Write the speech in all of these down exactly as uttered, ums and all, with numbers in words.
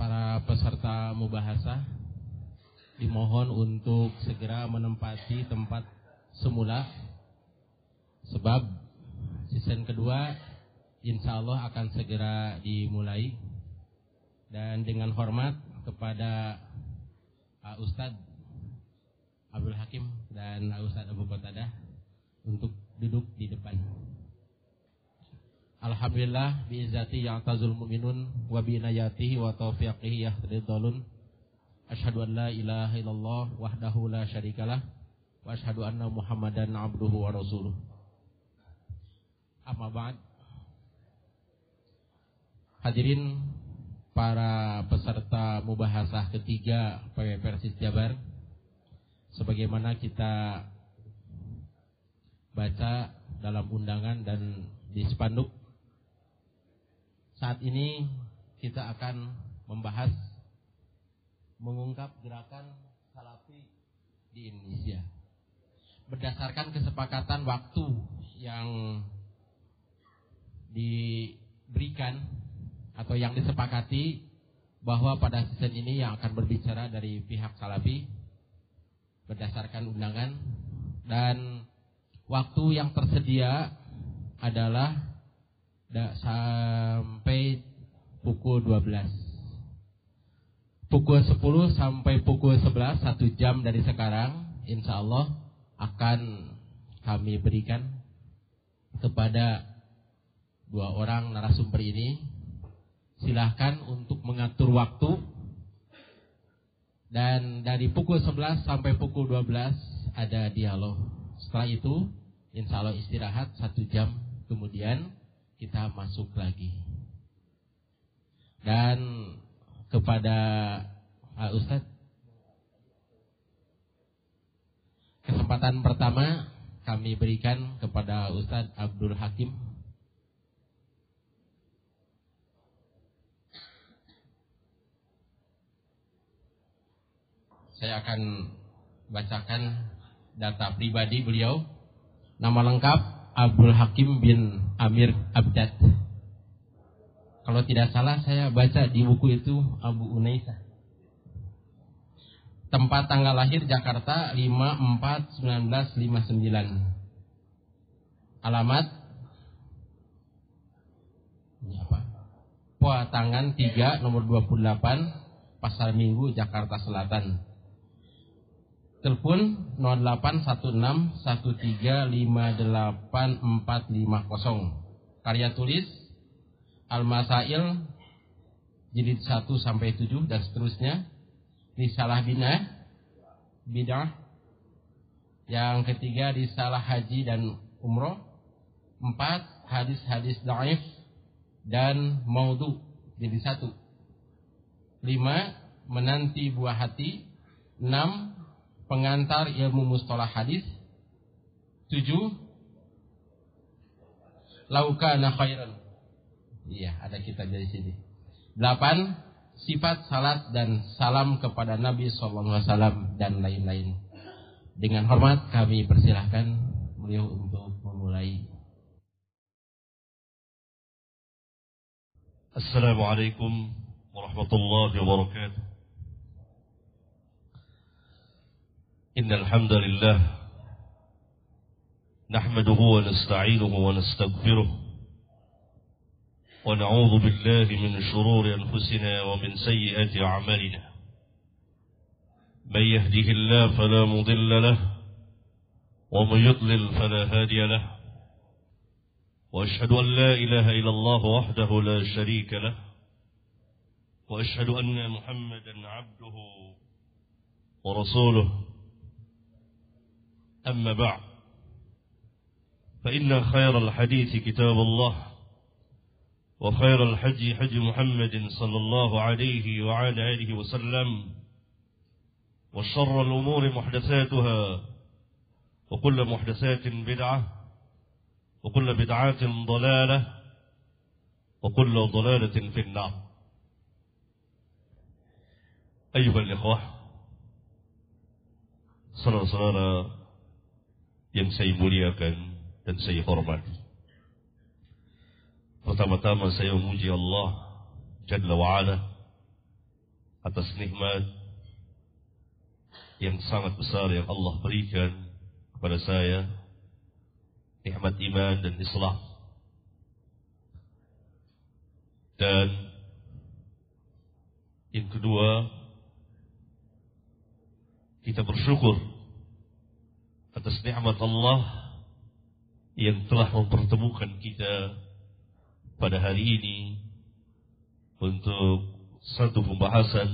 para peserta mubahasah dimohon untuk segera menempati tempat semula, sebab season kedua insya Allah akan segera dimulai. Dan dengan hormat kepada Pak Ustadz Abdul Hakim dan Pak Ustadz Abu Qatadah untuk duduk di depan. Alhamdulillah bi'izzati ya'tazul mu'minun wa bi'inayatihi wa taufiqihi yahtadidhalun. Asyhadu an la ilaha illallah wahdahu la syarikalah wa asyhadu anna Muhammadan abduhu wa rasuluh. Amma ba'd. Hadirin para peserta mubahasah ketiga P W Persis Jabar, sebagaimana kita baca dalam undangan dan di spanduk, saat ini kita akan membahas mengungkap gerakan Salafi di Indonesia berdasarkan kesepakatan waktu yang diberikan atau yang disepakati bahwa pada season ini yang akan berbicara dari pihak Salafi berdasarkan undangan, dan waktu yang tersedia adalah sampai pukul dua belas. Pukul sepuluh sampai pukul sebelas, satu jam dari sekarang, insya Allah akan kami berikan kepada dua orang narasumber ini. Silahkan untuk mengatur waktu. Dan dari pukul sebelas sampai pukul dua belas ada dialog. Setelah itu insya Allah istirahat satu jam, kemudian kita masuk lagi. Dan kepada Pak Ustadz, kesempatan pertama kami berikan kepada Ustadz Abdul Hakim. Saya akan bacakan data pribadi beliau. Nama lengkap Abdul Hakim bin Amir Abdad. Kalau tidak salah saya baca di buku itu Abu Unaisah. Tempat tanggal lahir Jakarta lima empat seribu sembilan ratus lima puluh sembilan. Alamat ini apa? Puatangan tiga nomor dua puluh delapan Pasar Minggu Jakarta Selatan. Telepon nol delapan satu enam satu tiga lima delapan empat lima nol. Karya tulis Al-Masail jilid satu sampai tujuh dan seterusnya. Risalah bina bid'ah. Yang ketiga risalah haji dan umroh. Empat hadis-hadis dhaif dan maudhu jadi satu. Lima menanti buah hati. Enam pengantar ilmu mustalah hadis. Tujuh laukana khairan. Iya, ada kita dari sini. Delapan sifat salat dan salam kepada Nabi Sallallahu Alaihi Wasallam dan lain-lain. Dengan hormat kami persilahkan beliau untuk memulai. Assalamualaikum warahmatullahi wabarakatuh. Innal hamdalillah nahmaduhu wa nasta'inuhu wa nastaghfiruh wa na'udzu billahi min shururi anfusina wa min sayyiati a'malina. May yahdihillahu fala mudilla lahu wa may yudlil fala hadiya lahu. Wa ashhadu an la ilaha illallah wahdahu la sharika lahu wa ashhadu anna Muhammadan 'abduhu wa rasuluhu. أما بعد فإن خير الحديث كتاب الله وخير الحج حج محمد صلى الله عليه وعلى آله وسلم وشر الأمور محدثاتها وكل محدثات بدعة وكل بدعات ضلالة وكل ضلالة في النار. أيها الإخوة, saudara-saudara yang saya muliakan dan saya hormati, pertama-tama saya memuji Allah Jalla wa'ala atas nikmat yang sangat besar yang Allah berikan kepada saya, nikmat iman dan Islam. Dan yang kedua, kita bersyukur atas nikmat Allah yang telah mempertemukan kita pada hari ini untuk satu pembahasan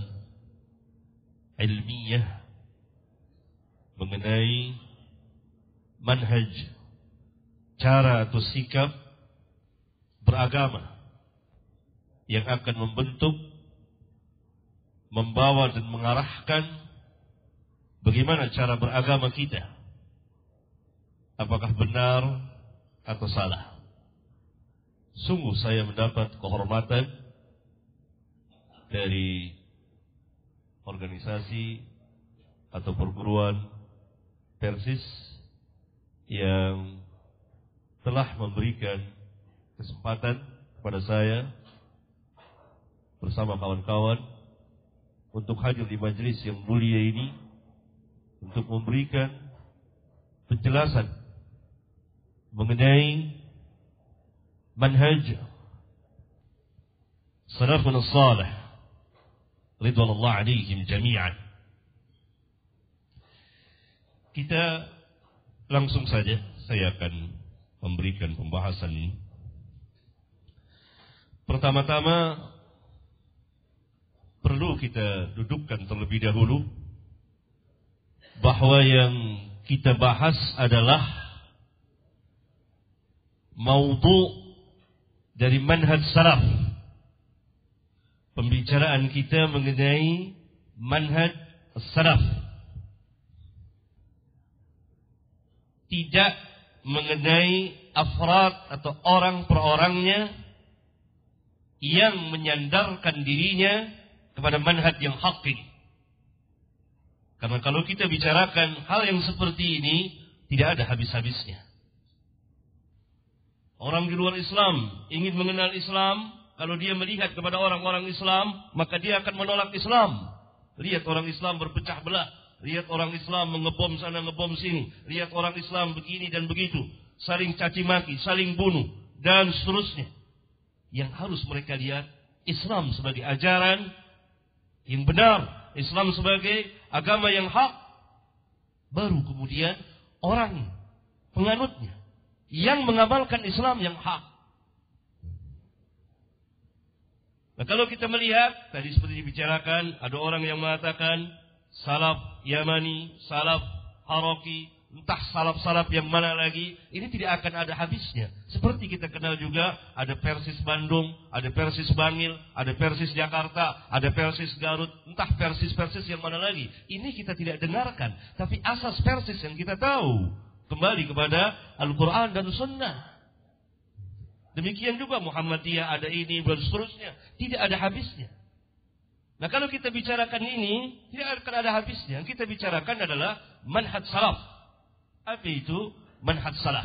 ilmiah mengenai manhaj, cara atau sikap beragama yang akan membentuk, membawa dan mengarahkan bagaimana cara beragama kita, apakah benar atau salah. Sungguh saya mendapat kehormatan dari organisasi atau perguruan Persis yang telah memberikan kesempatan kepada saya bersama kawan-kawan untuk hadir di majelis yang mulia ini untuk memberikan penjelasan mengenai manhaj salafun salih ridwanullah alaihim jami'an. Kita langsung saja, saya akan memberikan pembahasan ini. Pertama-tama perlu kita dudukkan terlebih dahulu bahwa yang kita bahas adalah maudhu dari manhaj salaf. Pembicaraan kita mengenai manhaj salaf, tidak mengenai afrad atau orang per orangnya yang menyandarkan dirinya kepada manhaj yang hak ini. Karena kalau kita bicarakan hal yang seperti ini, tidak ada habis-habisnya. Orang di luar Islam ingin mengenal Islam, kalau dia melihat kepada orang-orang Islam, maka dia akan menolak Islam. Lihat orang Islam berpecah belah, lihat orang Islam mengebom sana, ngebom sini, lihat orang Islam begini dan begitu, saling caci maki, saling bunuh, dan seterusnya. Yang harus mereka lihat, Islam sebagai ajaran yang benar, Islam sebagai agama yang hak. Baru kemudian orang penganutnya yang mengamalkan Islam yang hak. Nah, kalau kita melihat tadi seperti dibicarakan, ada orang yang mengatakan salaf Yamani, salaf Haraki, entah salaf-salaf yang mana lagi, ini tidak akan ada habisnya. Seperti kita kenal juga, ada Persis Bandung, ada Persis Bangil, ada Persis Jakarta, ada Persis Garut, entah Persis-Persis yang mana lagi. Ini kita tidak dengarkan, tapi asas Persis yang kita tahu kembali kepada Al-Quran dan Sunnah. Demikian juga Muhammadiyah, ada ini dan seterusnya, tidak ada habisnya. Nah, kalau kita bicarakan ini, tidak akan ada habisnya. Yang kita bicarakan adalah manhaj salaf. Apa itu manhaj salaf?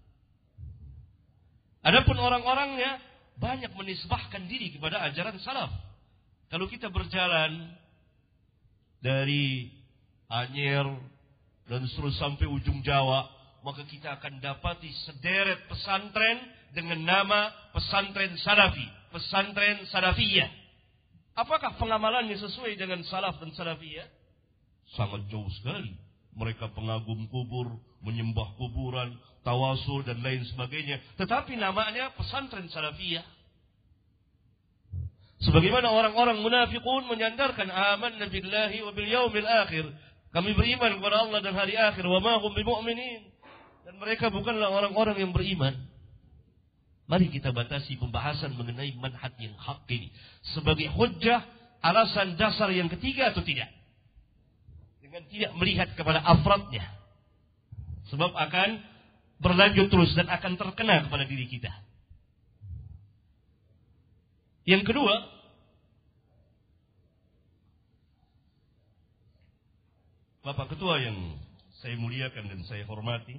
Adapun orang-orangnya banyak menisbahkan diri kepada ajaran salaf. Kalau kita berjalan dari Anyer dan terus sampai ujung Jawa, maka kita akan dapati sederet pesantren dengan nama pesantren salafi, pesantren salafiyah. Apakah pengamalannya sesuai dengan salaf dan salafiyah? Sangat jauh sekali. Mereka pengagum kubur, menyembah kuburan, tawasul dan lain sebagainya. Tetapi namanya pesantren salafiyah. Sebagaimana orang-orang munafiqun menyandarkan amanna billahi wa bil yaumil akhir. Kami beriman kepada Allah dan hari akhir. Wa ma hum bimu'minin. Dan mereka bukanlah orang-orang yang beriman. Mari kita batasi pembahasan mengenai manhaj yang hak ini sebagai hujjah, alasan dasar yang ketiga atau tidak. Dengan tidak melihat kepada afradnya. Sebab akan berlanjut terus dan akan terkena kepada diri kita. Yang kedua, Bapak Ketua yang saya muliakan dan saya hormati,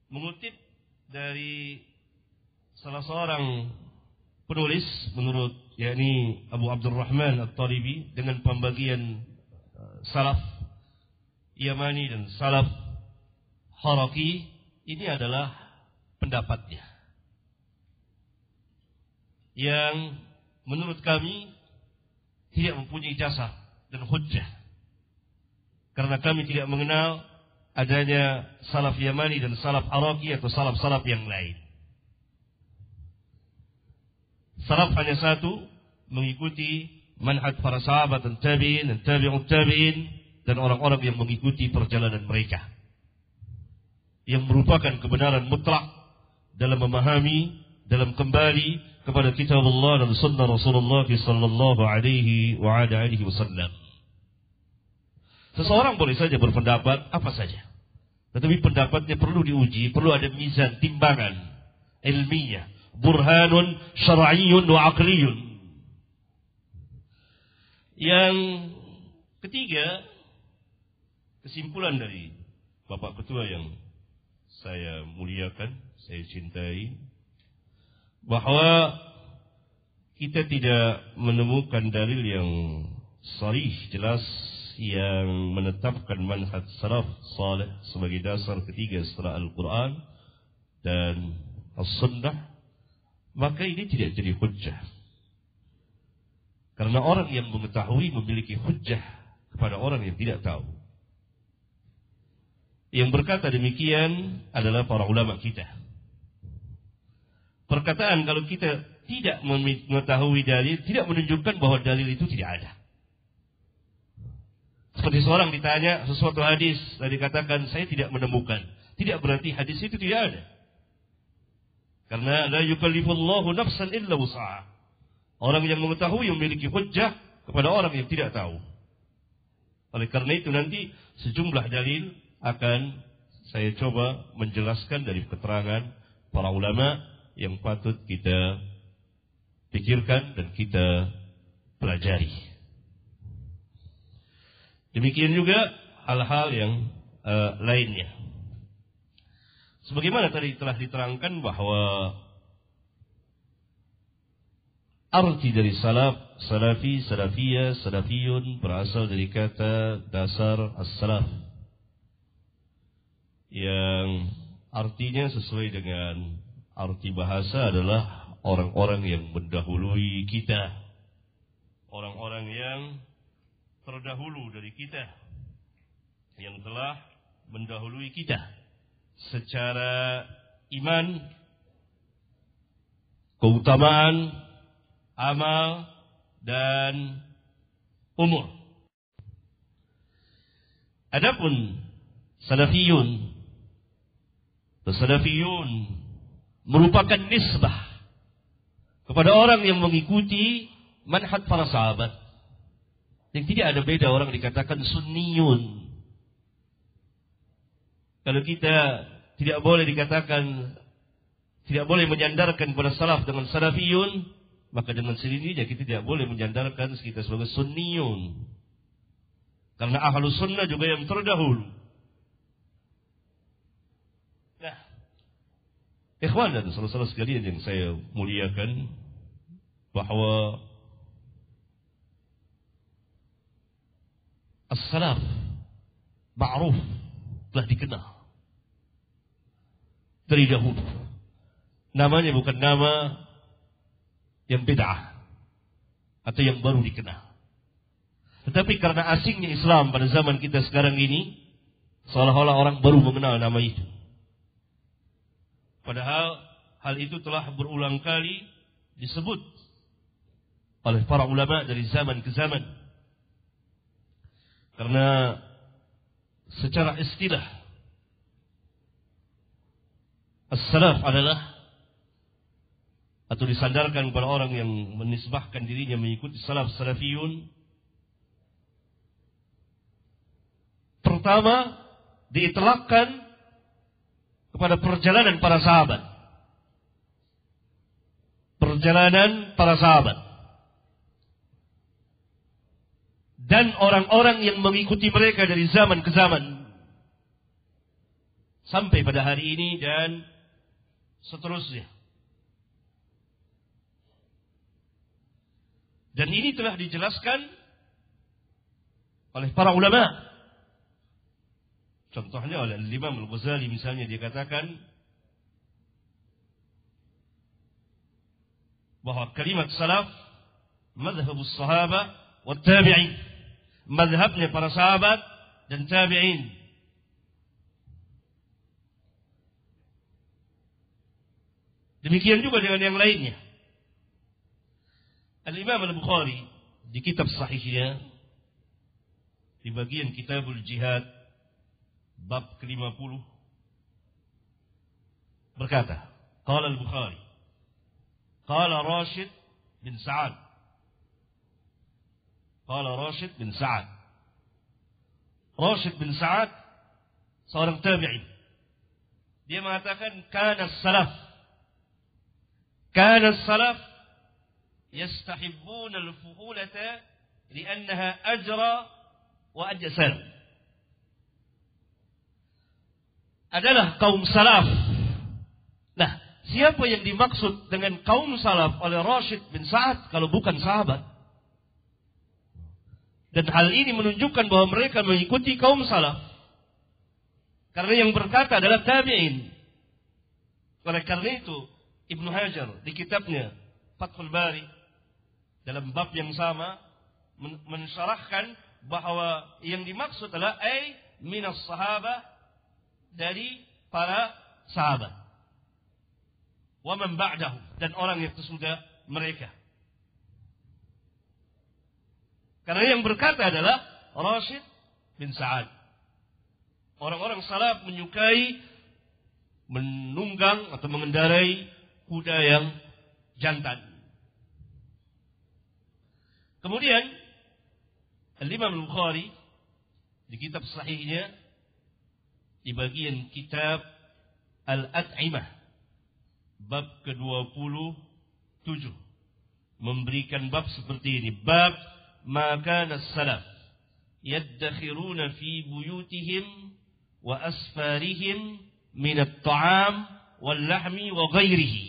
mengutip dari salah seorang penulis menurut yakni Abu Abdurrahman At-Talibi dengan pembagian salaf Yamani dan salaf Haraki, ini adalah pendapatnya yang menurut kami tidak mempunyai dasar dan hujjah, karena kami tidak mengenal adanya salaf Yamani dan salaf Haraki atau salaf-salaf yang lain. Salaf hanya satu, mengikuti manhaj para sahabat dan tabi'in dan tabi'ut tabi'in dan orang-orang yang mengikuti perjalanan mereka, yang merupakan kebenaran mutlak dalam memahami, dalam kembali kepada kitab Allah dan sunnah Rasulullah sallallahu alaihi wa ala alihi wasallam. Seseorang boleh saja berpendapat apa saja, tetapi pendapatnya perlu diuji, perlu ada mizan, timbangan ilmiah, burhanun syar'iyyun wa aqliyun. Yang ketiga, kesimpulan dari Bapak Ketua yang saya muliakan, saya cintai, bahwa kita tidak menemukan dalil yang sharih, jelas, yang menetapkan manhaj salaf salih sebagai dasar ketiga setelah Al-Quran dan As-Sunnah, maka ini tidak jadi hujjah. Karena orang yang mengetahui memiliki hujjah kepada orang yang tidak tahu. Yang berkata demikian adalah para ulama kita. Perkataan kalau kita tidak mengetahui dalil tidak menunjukkan bahwa dalil itu tidak ada. Seperti seorang ditanya sesuatu hadis dan dikatakan saya tidak menemukan, tidak berarti hadis itu tidak ada. Karena la yukallifullahu nafsan illa wus'aha. Orang yang mengetahui memiliki hujjah kepada orang yang tidak tahu. Oleh karena itu nanti sejumlah dalil akan saya coba menjelaskan dari keterangan para ulama yang patut kita pikirkan dan kita pelajari. Demikian juga hal-hal yang uh, lainnya. Sebagaimana tadi telah diterangkan bahwa arti dari salaf, salafi, salafiyah, salafiyun berasal dari kata dasar as-salaf, yang artinya sesuai dengan arti bahasa adalah orang-orang yang mendahului kita, orang-orang yang terdahulu dari kita, yang telah mendahului kita secara iman, keutamaan, amal, dan umur. Adapun salafiyun, salafiyun merupakan nisbah kepada orang yang mengikuti manhaj para sahabat. Yang tidak ada beda orang dikatakan sunniyun. Kalau kita tidak boleh dikatakan, tidak boleh menyandarkan kepada salaf dengan salafiyun, maka dengan sendirinya kita tidak boleh menyandarkan kita sebagai sunniyun. Karena ahlu sunnah juga yang terdahulu. Nah, ikhwan dan saudara-saudara sekalian yang saya muliakan, bahwa as-salaf ma'ruf, telah dikenal dari dahulu. Namanya bukan nama yang bid'ah atau yang baru dikenal. Tetapi karena asingnya Islam pada zaman kita sekarang ini, seolah-olah orang baru mengenal nama itu. Padahal hal itu telah berulang kali disebut oleh para ulama dari zaman ke zaman. Karena secara istilah as-salaf adalah, atau disandarkan kepada orang yang menisbahkan dirinya mengikuti salaf, salafiyun, pertama diitlaqkan kepada perjalanan para sahabat. Perjalanan para sahabat dan orang-orang yang mengikuti mereka dari zaman ke zaman sampai pada hari ini dan seterusnya. Dan ini telah dijelaskan oleh para ulama. Contohnya oleh Imam Al-Ghazali misalnya, dia katakan bahwa kalimat salaf madhabus sahabah wa tabi'in, madhabnya para sahabat dan tabi'in. Demikian juga dengan yang lainnya. Al-Imam Al-Bukhari di kitab sahihnya, di bagian Kitabul Jihad bab ke lima puluh, berkata, qala Al-Bukhari qala Rashid bin Sa'ad qala Rashid bin Sa'ad Rashid bin Sa'ad seorang tabi'in, dia mengatakan kana salaf kana salaf yastahibbuna al-fuhulata li'annaha ajra wa ajsal. Adalah kaum salaf. Nah, siapa yang dimaksud dengan kaum salaf oleh Rashid bin Sa'ad kalau bukan sahabat? Dan hal ini menunjukkan bahwa mereka mengikuti kaum salaf. Karena yang berkata adalah tabi'in. Oleh karena itu, Ibnu Hajar di kitabnya Fathul Bari dalam bab yang sama mensyarahkan bahwa yang dimaksud adalah ay minas sahabah, dari para sahabat, wa man ba'dahum, dan orang yang sesudah mereka. Karena yang berkata adalah Rashid bin Sa'ad. Orang-orang salaf menyukai menunggang atau mengendarai kuda yang jantan. Kemudian Al-Imam Al-Bukhari di kitab sahihnya di bagian kitab Al-At'imah bab ke dua puluh tujuh memberikan bab seperti ini, bab ma kana as-salaf yaddakhiruna fi buyutihim wa asfarihim min at-ta'am wal lahmi wa ghairihi.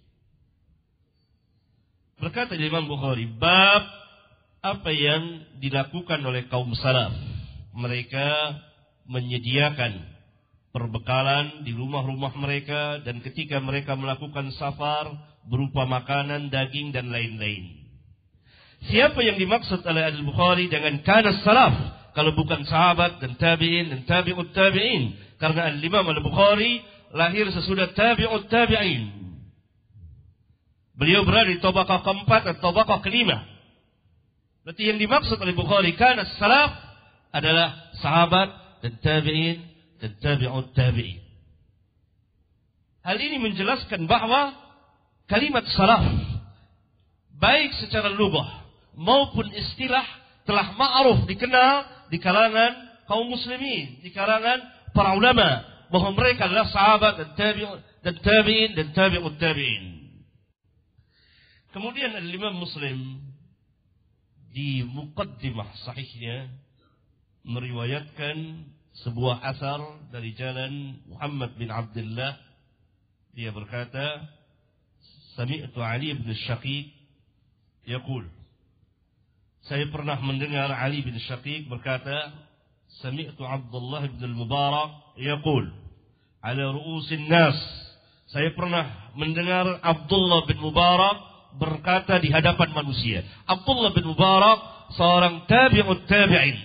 Berkata Imam Bukhari, bab apa yang dilakukan oleh kaum salaf. Mereka menyediakan perbekalan di rumah-rumah mereka, dan ketika mereka melakukan safar berupa makanan, daging dan lain-lain. Siapa yang dimaksud oleh Al-Bukhari dengan kana salaf kalau bukan sahabat dan tabi'in dan tabi'ut tabi'in? Karena Al-Imam Al-Bukhari lahir sesudah tabi'ut tabi'in. Beliau berada di tabaqah keempat atau tabaqah kelima. Berarti yang dimaksud oleh Bukhari kana salaf adalah sahabat dan tabi'in dan tabi'ut tabi'in. Hal ini menjelaskan bahwa kalimat salaf baik secara lughah maupun istilah telah ma'ruf, dikenal di kalangan kaum muslimin, di kalangan para ulama, bahwa mereka adalah sahabat dan tabi'in dan tabi'in dan tabi'ut tabi'in. Kemudian Al-Imam Muslim di muqaddimah sahihnya meriwayatkan sebuah asar dari jalan Muhammad bin Abdullah. Dia berkata, sami'tu Ali bin Syaqiq yaqul, saya pernah mendengar Ali bin Syaqiq berkata, sami'tu Abdullah bin Al-Mubarak yaqul ala ru'usin nas, saya pernah mendengar Abdullah bin Mubarak berkata di hadapan manusia. Abdullah bin Mubarak seorang tabi'ut tabi'in.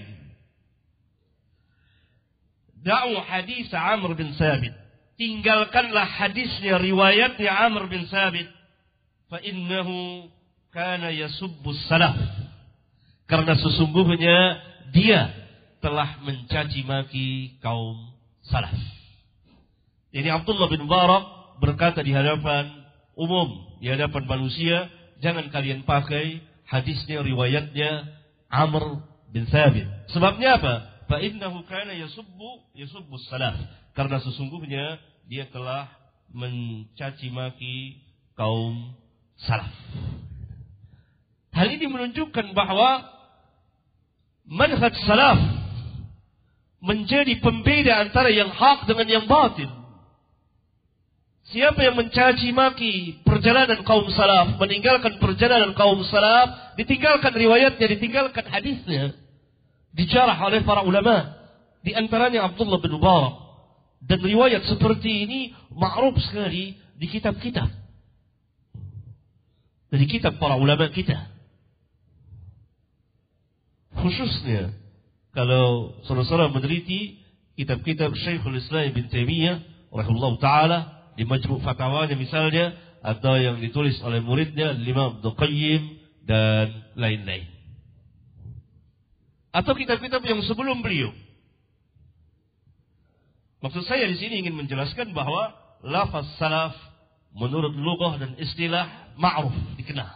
Da'u hadis Amr bin Sabit, tinggalkanlah hadisnya, riwayatnya Amr bin Sabit, fa innahu kana yasubbu salaf, karena sesungguhnya dia telah mencaci maki kaum salaf. Jadi Abdullah bin Mubarak berkata di hadapan umum, di hadapan manusia, jangan kalian pakai hadisnya, riwayatnya Amr bin Sabit. Sebabnya apa? Fa innahu kana yasubbu yasubbu salaf, karena sesungguhnya dia telah mencaci maki kaum salaf. Hal ini menunjukkan bahwa manhaj salaf menjadi pembeda antara yang hak dengan yang batil. Siapa yang mencaci maki perjalanan kaum salaf, meninggalkan perjalanan kaum salaf, ditinggalkan riwayatnya, ditinggalkan hadisnya, dijarah oleh para ulama, di antaranya Abdullah bin Mubarak. Dan riwayat seperti ini ma'ruf sekali di kitab-kitab, dari kitab para ulama kita. Khususnya kalau saudara-saudara meneliti kitab-kitab Syekhul Islam Ibn Taimiyah rahimahullah ta'ala, di majmu' fatwanya misalnya, atau yang ditulis oleh muridnya Imam Ibnu Qayyim dan lain-lain, atau kitab-kitab yang sebelum beliau. Maksud saya di sini ingin menjelaskan bahwa lafaz salaf menurut lughah dan istilah ma'ruf, dikenal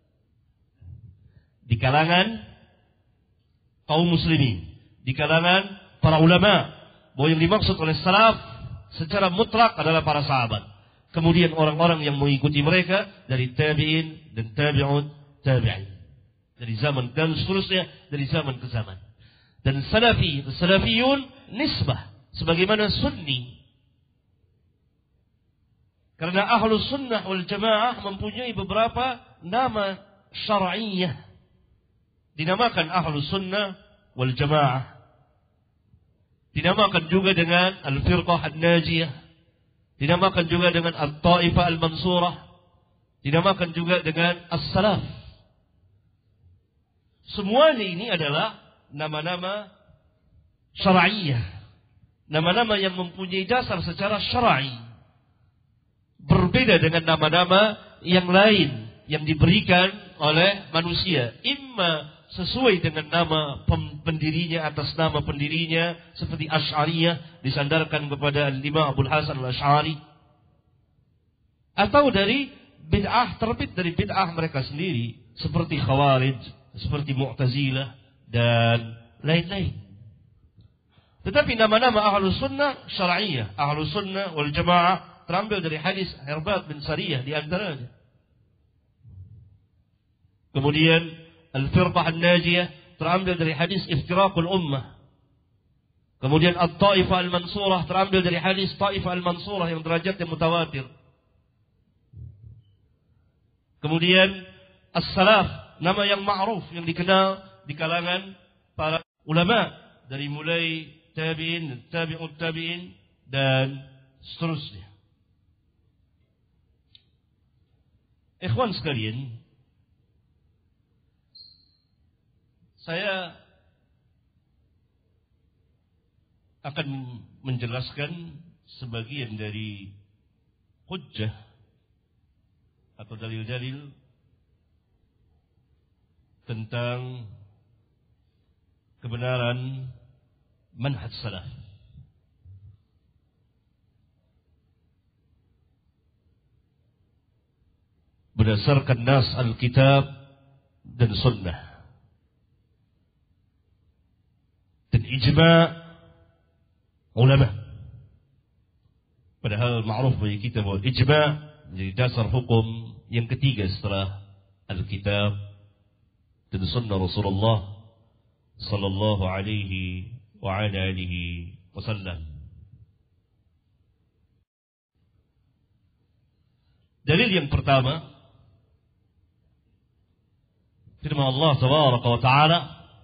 di kalangan kaum muslimin, di kalangan para ulama, bahwa yang dimaksud oleh salaf secara mutlak adalah para sahabat. Kemudian orang-orang yang mengikuti mereka dari tabi'in dan tabi'un tabi'in, dari zaman dan seterusnya, dari zaman ke zaman. Dan salafi, salafiyun nisbah, sebagaimana sunni. Karena ahlus sunnah wal jamaah mempunyai beberapa nama syar'iyyah. Dinamakan ahlus sunnah wal jamaah. Dinamakan juga dengan al-firqah an-najiyah. Dinamakan juga dengan at-taifah al-mansurah. Dinamakan juga dengan as-salaf. Semuanya ini adalah nama-nama syar'iyyah. Nama-nama yang mempunyai dasar secara syar'i. Berbeda dengan nama-nama yang lain yang diberikan oleh manusia. Imma sesuai dengan nama pendirinya, atas nama pendirinya, seperti Asy'ariyah disandarkan kepada Imam Abul Hasan Al-Asy'ari, atau dari bid'ah, terbit dari bid'ah mereka sendiri, seperti Khawarij, seperti Mu'tazilah dan lain-lain. Tetapi nama-nama Ahlus Sunnah syar'iyyah, Ahlus Sunnah wal Jamaah, terambil dari hadis Irbat bin Sariyah di antaranya. Kemudian Al-Firqah An-Najiyah terambil dari hadis Iftiraqul Ummah. Kemudian At-Taifah Al-Mansurah terambil dari hadis Taifah Al-Mansurah yang derajatnya mutawatir. Kemudian As-Salaf, nama yang ma'ruf, yang dikenal di kalangan para ulama, dari mulai tabi'in, tabi'ut tabi'in dan seterusnya. Ikhwan sekalian, saya akan menjelaskan sebagian dari hujjah atau dalil-dalil tentang kebenaran manhaj salaf. Berdasarkan nas Alkitab dan Sunnah dan ijma' ulama. Padahal ma'ruf bagi kita bahwa ijma' menjadi dasar hukum yang ketiga setelah Alkitab dan Sunnah Rasulullah sallallahu alaihi wa ala alihi wasallam. Dalil yang pertama, firman Allah tabaraka wa ta'ala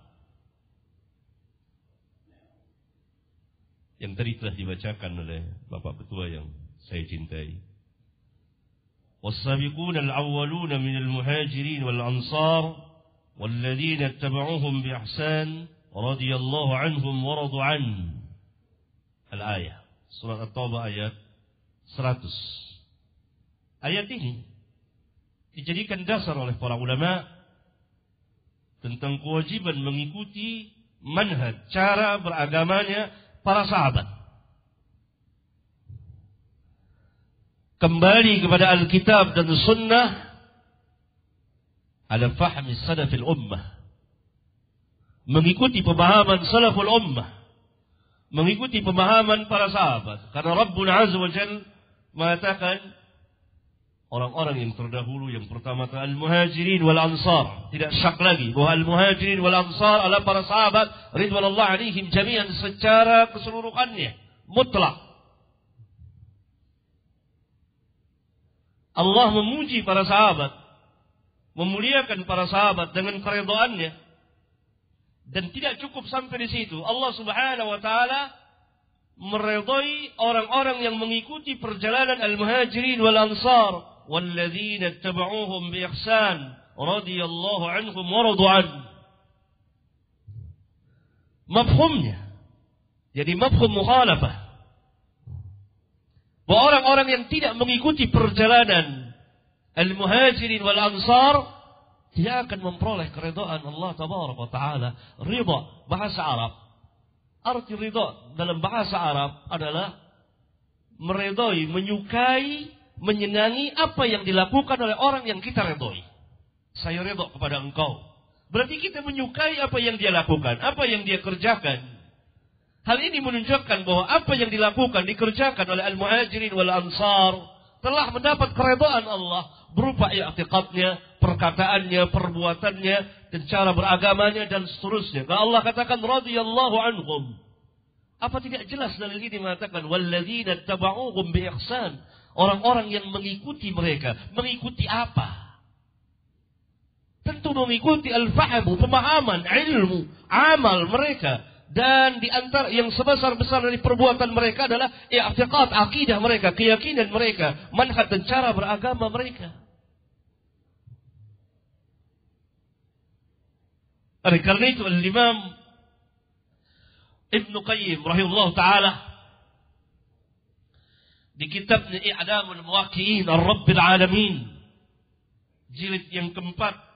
yang tadi telah dibacakan oleh Bapak Ketua yang saya cintai. Was-sabiquna al-awwaluna minal muhajirin wal ansar walladzina ittaba'uuhum bi ihsan radhiyallahu anhum wa radu an. Al-ayah, surat At-Taubah ayat seratus. Ayat ini dijadikan dasar oleh para ulama tentang kewajiban mengikuti manhaj, cara beragamanya para sahabat. Kembali kepada Alkitab dan Sunnah ala fahmi salafil ummah. Mengikuti pemahaman salaful ummah. Mengikuti pemahaman para sahabat. Karena Rabbul Azza wa Jalla mengatakan orang-orang yang terdahulu, yang pertama al-muhajirin wal ansar. Tidak syak lagi bahwa al-muhajirin wal ansar adalah para sahabat ridwanullah alaihim jami'an secara keseluruhannya, mutlak. Allah memuji para sahabat, memuliakan para sahabat dengan keridhaannya. Dan tidak cukup sampai di situ. Allah Subhanahu wa taala meridhai orang-orang yang mengikuti perjalanan al-muhajirin wal ansar, walladzina ittaba'uuhum bi ihsan radhiyallahu anhum wa radu an. Mafhumnya jadi mafhum mukhalafah. Bahwa orang-orang yang tidak mengikuti perjalanan al-muhajirin wal ansar tidak akan memperoleh keridhaan Allah tabaraka wa taala. Ridha bahasa Arab. Arti ridha dalam bahasa Arab adalah meridhai, menyukai, menyenangi apa yang dilakukan oleh orang yang kita ridhai. Saya ridha kepada engkau. Berarti kita menyukai apa yang dia lakukan, apa yang dia kerjakan. Hal ini menunjukkan bahwa apa yang dilakukan, dikerjakan oleh al-muhajirin wal ansar telah mendapat keridhaan Allah berupa i'tiqadnya, perkataannya, perbuatannya, dan cara beragamanya dan seterusnya. Kalau Allah katakan radhiyallahu anhum, apa tidak jelas dalil ini mengatakan walladzina tabauhum bi ihsan, orang-orang yang mengikuti mereka, mengikuti apa? Tentu mengikuti al-fahmu, pemahaman, ilmu, amal mereka. Dan di antara yang sebesar-besar dari perbuatan mereka adalah i'tiqad, akidah mereka, keyakinan mereka, manhaj dan cara beragama mereka. Oleh karena itu Al-Imam Ibn Qayyim rahimahullah ta'ala di kitabnya I'damul Muwaqqi'in Ar-Rabbil Alamin jilid yang keempat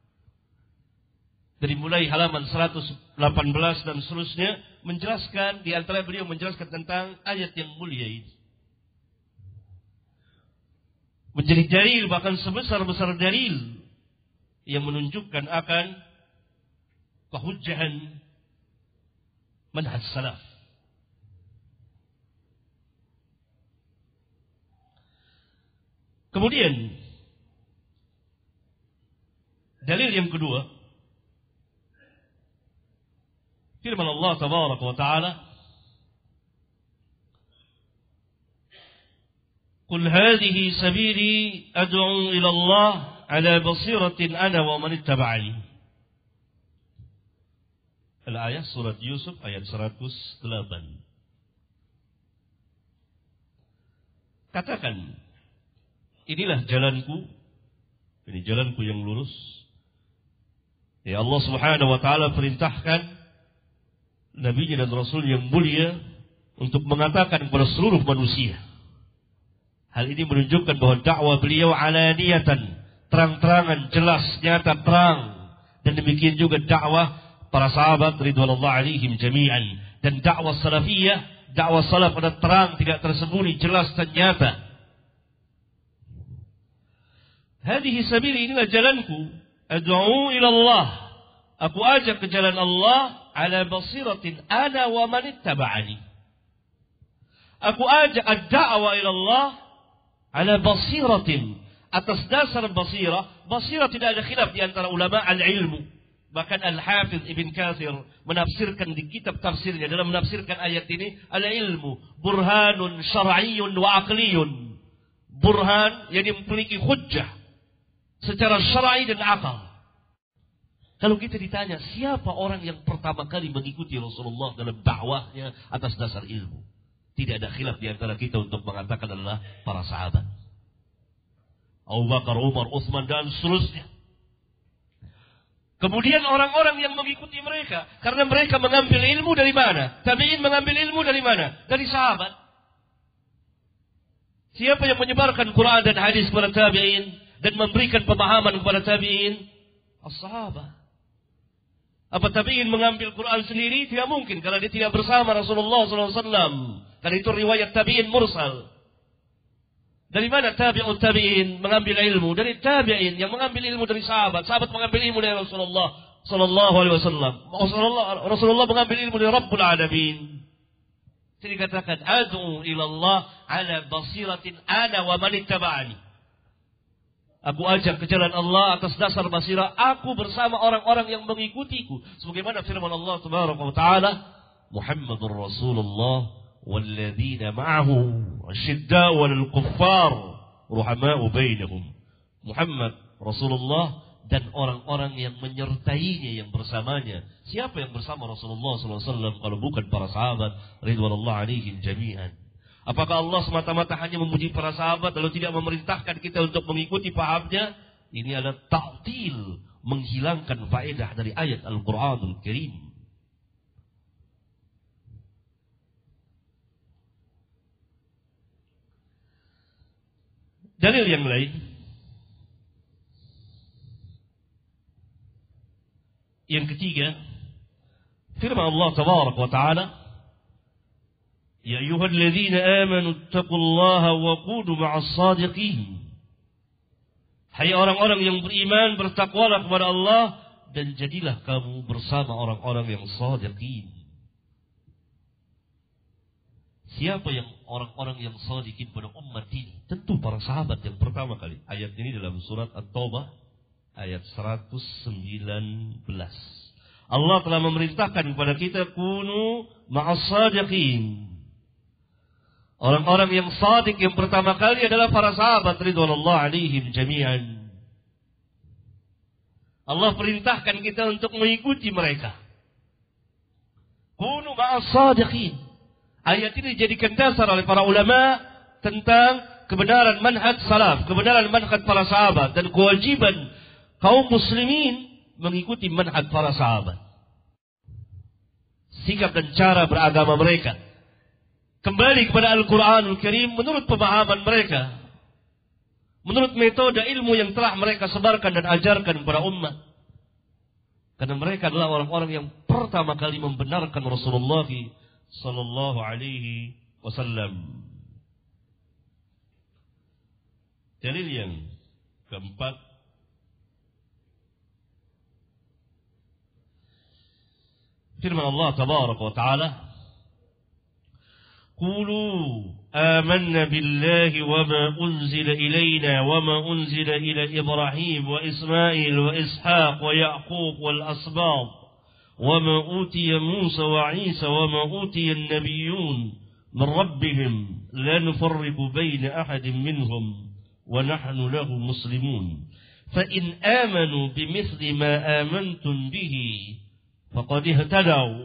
dari mulai halaman seratus delapan belas dan seterusnya menjelaskan, di antara beliau menjelaskan tentang ayat yang mulia ini. Menjadi dalil, bahkan sebesar-besar dalil yang menunjukkan akan kehujjahan manhaj salaf. Kemudian dalil yang kedua, firman Allah tabaraka wa ta'ala, "Qul hadhihi sabili ad'u ila Allah ala basiratin ana wa man ittaba'ani." Al-ayat surat Yusuf ayat seratus delapan. Katakan, inilah jalanku, ini jalanku yang lurus. Ya Allah Subhanahu wa ta'ala perintahkan Nabi-Nya dan Rasul yang mulia untuk mengatakan kepada seluruh manusia. Hal ini menunjukkan bahwa dakwah beliau alaniyatan, terang-terangan, jelas, nyata, terang. Dan demikian juga dakwah para sahabat ridwanullah alaihim jami'an. Dan dakwah salafiyah, dakwah salaf pada terang, tidak tersembunyi, jelas dan nyata. Hadihi sabili, inilah jalanku. Ad'u ila Allah. Aku ajak ke jalan Allah ala basiratin ana wa man ittaba'ani. Aku ajak ad-da'wa ila Allah ala basiratin, atas dasar basirah. Basirah tidak ada khilaf di antara ulama al-ilmu. Bahkan Al-Hafiz Ibn Katsir menafsirkan di kitab tafsirnya dalam menafsirkan ayat ini, al-ilmu burhanun syar'iyyun wa aqliyun. Burhan yang memiliki hujjah secara syar'i dan akal. Kalau kita ditanya, siapa orang yang pertama kali mengikuti Rasulullah dalam dakwahnya atas dasar ilmu? Tidak ada khilaf di antara kita untuk mengatakan adalah para sahabat. Abu Bakar, Umar, Utsman dan seterusnya. Kemudian orang-orang yang mengikuti mereka, karena mereka mengambil ilmu dari mana? Tabi'in mengambil ilmu dari mana? Dari sahabat. Siapa yang menyebarkan Quran dan hadis kepada tabi'in dan memberikan pemahaman kepada tabi'in? As-sahabat. Apa tabi'in mengambil Quran sendiri? Tidak mungkin, karena dia tidak bersama Rasulullah sallallahu alaihi wasallam. Karena itu riwayat tabi'in mursal. Dari mana tabi'ut tabi'in mengambil ilmu? Dari tabi'in yang mengambil ilmu dari sahabat. Sahabat mengambil ilmu dari Rasulullah sallallahu alaihi wasallam. Rasulullah, Rasulullah mengambil ilmu dari Rabbul Alamin. Jadi katakan, ad'u ila Allah ala basiratin ana wa man ittaba'ani. Aku ajak ke jalan Allah atas dasar basirah aku bersama orang-orang yang mengikutiku. Sebagaimana firman Allah Tabaraka wa Ta'ala, Muhammadur Rasulullah walladzina ma'ahu asyidda'u 'alal kuffar ruhama'u bainahum. Muhammad, Rasulullah, dan orang-orang yang menyertainya, yang bersamanya. Siapa yang bersama Rasulullah sallallahu alaihi wasallam kalau bukan para sahabat ridwanullah alaihim jami'an? Apakah Allah semata-mata hanya memuji para sahabat lalu tidak memerintahkan kita untuk mengikuti pahamnya? Ini adalah ta'til, menghilangkan faedah dari ayat Al-Quranul Karim. Dalil yang lain, yang ketiga, firman Allah tabaraka wa ta'ala, ya ayyuhalladzina amanu taqullaha wa qulu ma'as sadiqin. Hai orang-orang yang beriman, bertakwalah kepada Allah dan jadilah kamu bersama orang-orang yang shadiqin. Siapa yang orang-orang yang shadiqin pada umat ini? Tentu para sahabat yang pertama kali. Ayat ini dalam surat At-Taubah ayat seratus sembilan belas. Allah telah memerintahkan kepada kita kunu ma'as shadiqin. Orang-orang yang shadiq yang pertama kali adalah para sahabat ridwanullah alaihim jami'an. Allah perintahkan kita untuk mengikuti mereka. Kunu ma'as shadiqin. Ayat ini dijadikan dasar oleh para ulama tentang kebenaran manhaj salaf, kebenaran manhaj para sahabat, dan kewajiban kaum muslimin mengikuti manhaj para sahabat. Sikap dan cara beragama mereka kembali kepada Al-Quranul Karim menurut pemahaman mereka, menurut metode ilmu yang telah mereka sebarkan dan ajarkan kepada umat. Karena mereka adalah orang-orang yang pertama kali membenarkan Rasulullah sallallahu alaihi wasallam. Dalil yang keempat, firman Allah tabaraka wa ta'ala, qulu amanna billahi wa ma unzila ilayna wa ma unzila ila Ibrahim wa Ismail wa Ishaq wa Ya'qub wal asbab وما أوتي موسى وعيسى وما أوتي النبيون من ربهم لا نفرق بين أحد منهم ونحن له مسلمون فإن آمنوا بمثل ما آمنتم به فقد اهتدوا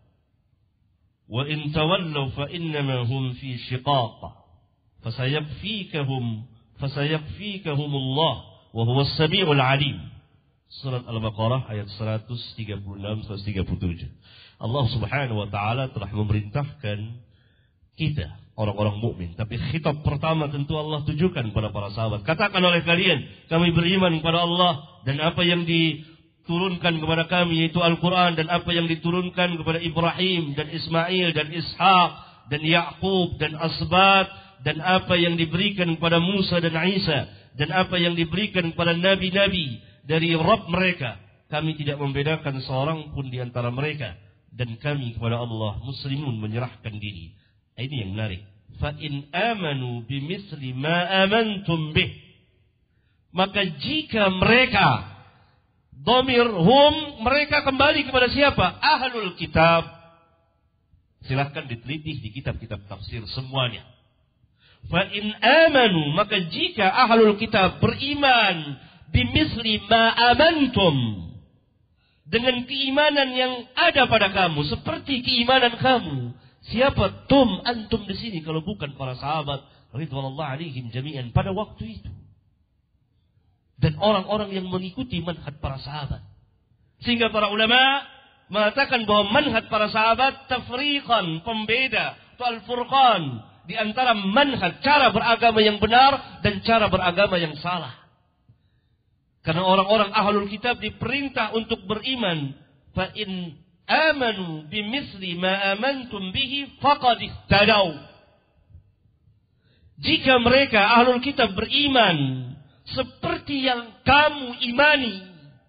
وإن تولوا فإنما هم في شقاق فسيكفيكهم فسيكفيكهم الله وهو السميع العليم. Surat Al-Baqarah ayat seratus tiga puluh enam sampai seratus tiga puluh tujuh. Allah Subhanahu wa taala telah memerintahkan kita orang-orang mukmin, tapi khitab pertama tentu Allah tujukan pada para sahabat. Katakan oleh kalian, kami beriman kepada Allah dan apa yang diturunkan kepada kami yaitu Al-Qur'an, dan apa yang diturunkan kepada Ibrahim dan Ismail dan Ishaq dan Ya'qub dan Asbat, dan apa yang diberikan kepada Musa dan Isa, dan apa yang diberikan kepada nabi-nabi dari Rabb mereka. Kami tidak membedakan seorang pun di antara mereka, dan kami kepada Allah muslimun, menyerahkan diri. Ini yang menarik. Fa in amanu bimithli ma amantum bih, maka jika mereka, dhamir hum, mereka kembali kepada siapa? Ahlul kitab. Silahkan diteliti di kitab-kitab tafsir semuanya. Fa in amanu, maka jika ahlul kitab beriman bimisli ma amantum, dengan keimanan yang ada pada kamu, seperti keimanan kamu. Siapa tum, antum di sini kalau bukan para sahabat ridwanullah alaihim jami'an pada waktu itu, dan orang-orang yang mengikuti manhaj para sahabat. Sehingga para ulama mengatakan bahwa manhaj para sahabat tafriqan, pembeda atau al-furqan di antara manhaj cara beragama yang benar dan cara beragama yang salah. Karena orang-orang ahlul kitab diperintah untuk beriman. Fa in amanu bimithli ma amantum bihi faqad ihtadaw. Jika mereka ahlul kitab beriman seperti yang kamu imani,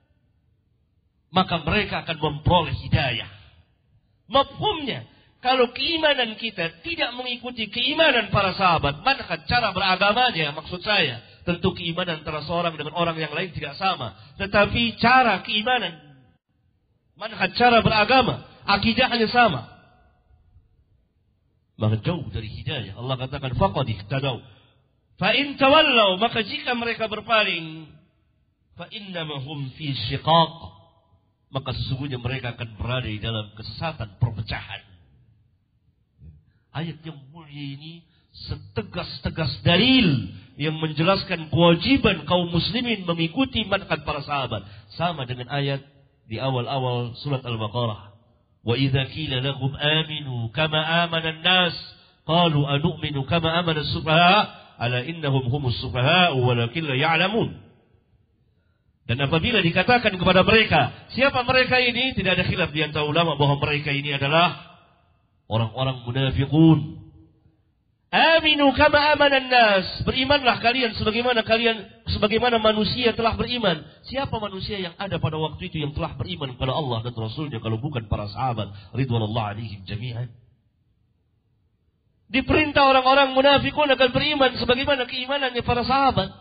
maka mereka akan memperoleh hidayah. Mafhumnya, kalau keimanan kita tidak mengikuti keimanan para sahabat, manhaj cara beragamanya, maksud saya, tentu keimanan antara seorang dengan orang yang lain tidak sama. Tetapi cara keimanan, manhaj cara beragama, akidahnya sama, maka jauh dari hidayah. Allah katakan faqad ihtadaw. Fa in tawallaw, maka jika mereka berpaling, fa innamahum fi syiqaq, maka sesungguhnya mereka akan berada di dalam kesesatan, perpecahan. Ayat yang mulia ini setegas-tegas dalil yang menjelaskan kewajiban kaum muslimin mengikuti manhaj para sahabat, sama dengan ayat di awal-awal surat Al-Baqarah. Wa idza qila lahum aminu kama amana an-nas qalu anu'minu kama amana as-sufaha ala innahum humus sufaha walakin la ya'lamun. Dan apabila dikatakan kepada mereka, siapa mereka ini? Tidak ada khilaf di antara ulama bahwa mereka ini adalah orang-orang munafiqun. Aminu kama amanan nas, berimanlah kalian sebagaimana kalian sebagaimana manusia telah beriman. Siapa manusia yang ada pada waktu itu yang telah beriman kepada Allah dan Rasulnya kalau bukan para sahabat ridwanullah alaihim jami'an? Diperintah orang-orang munafikun akan beriman sebagaimana keimanannya para sahabat.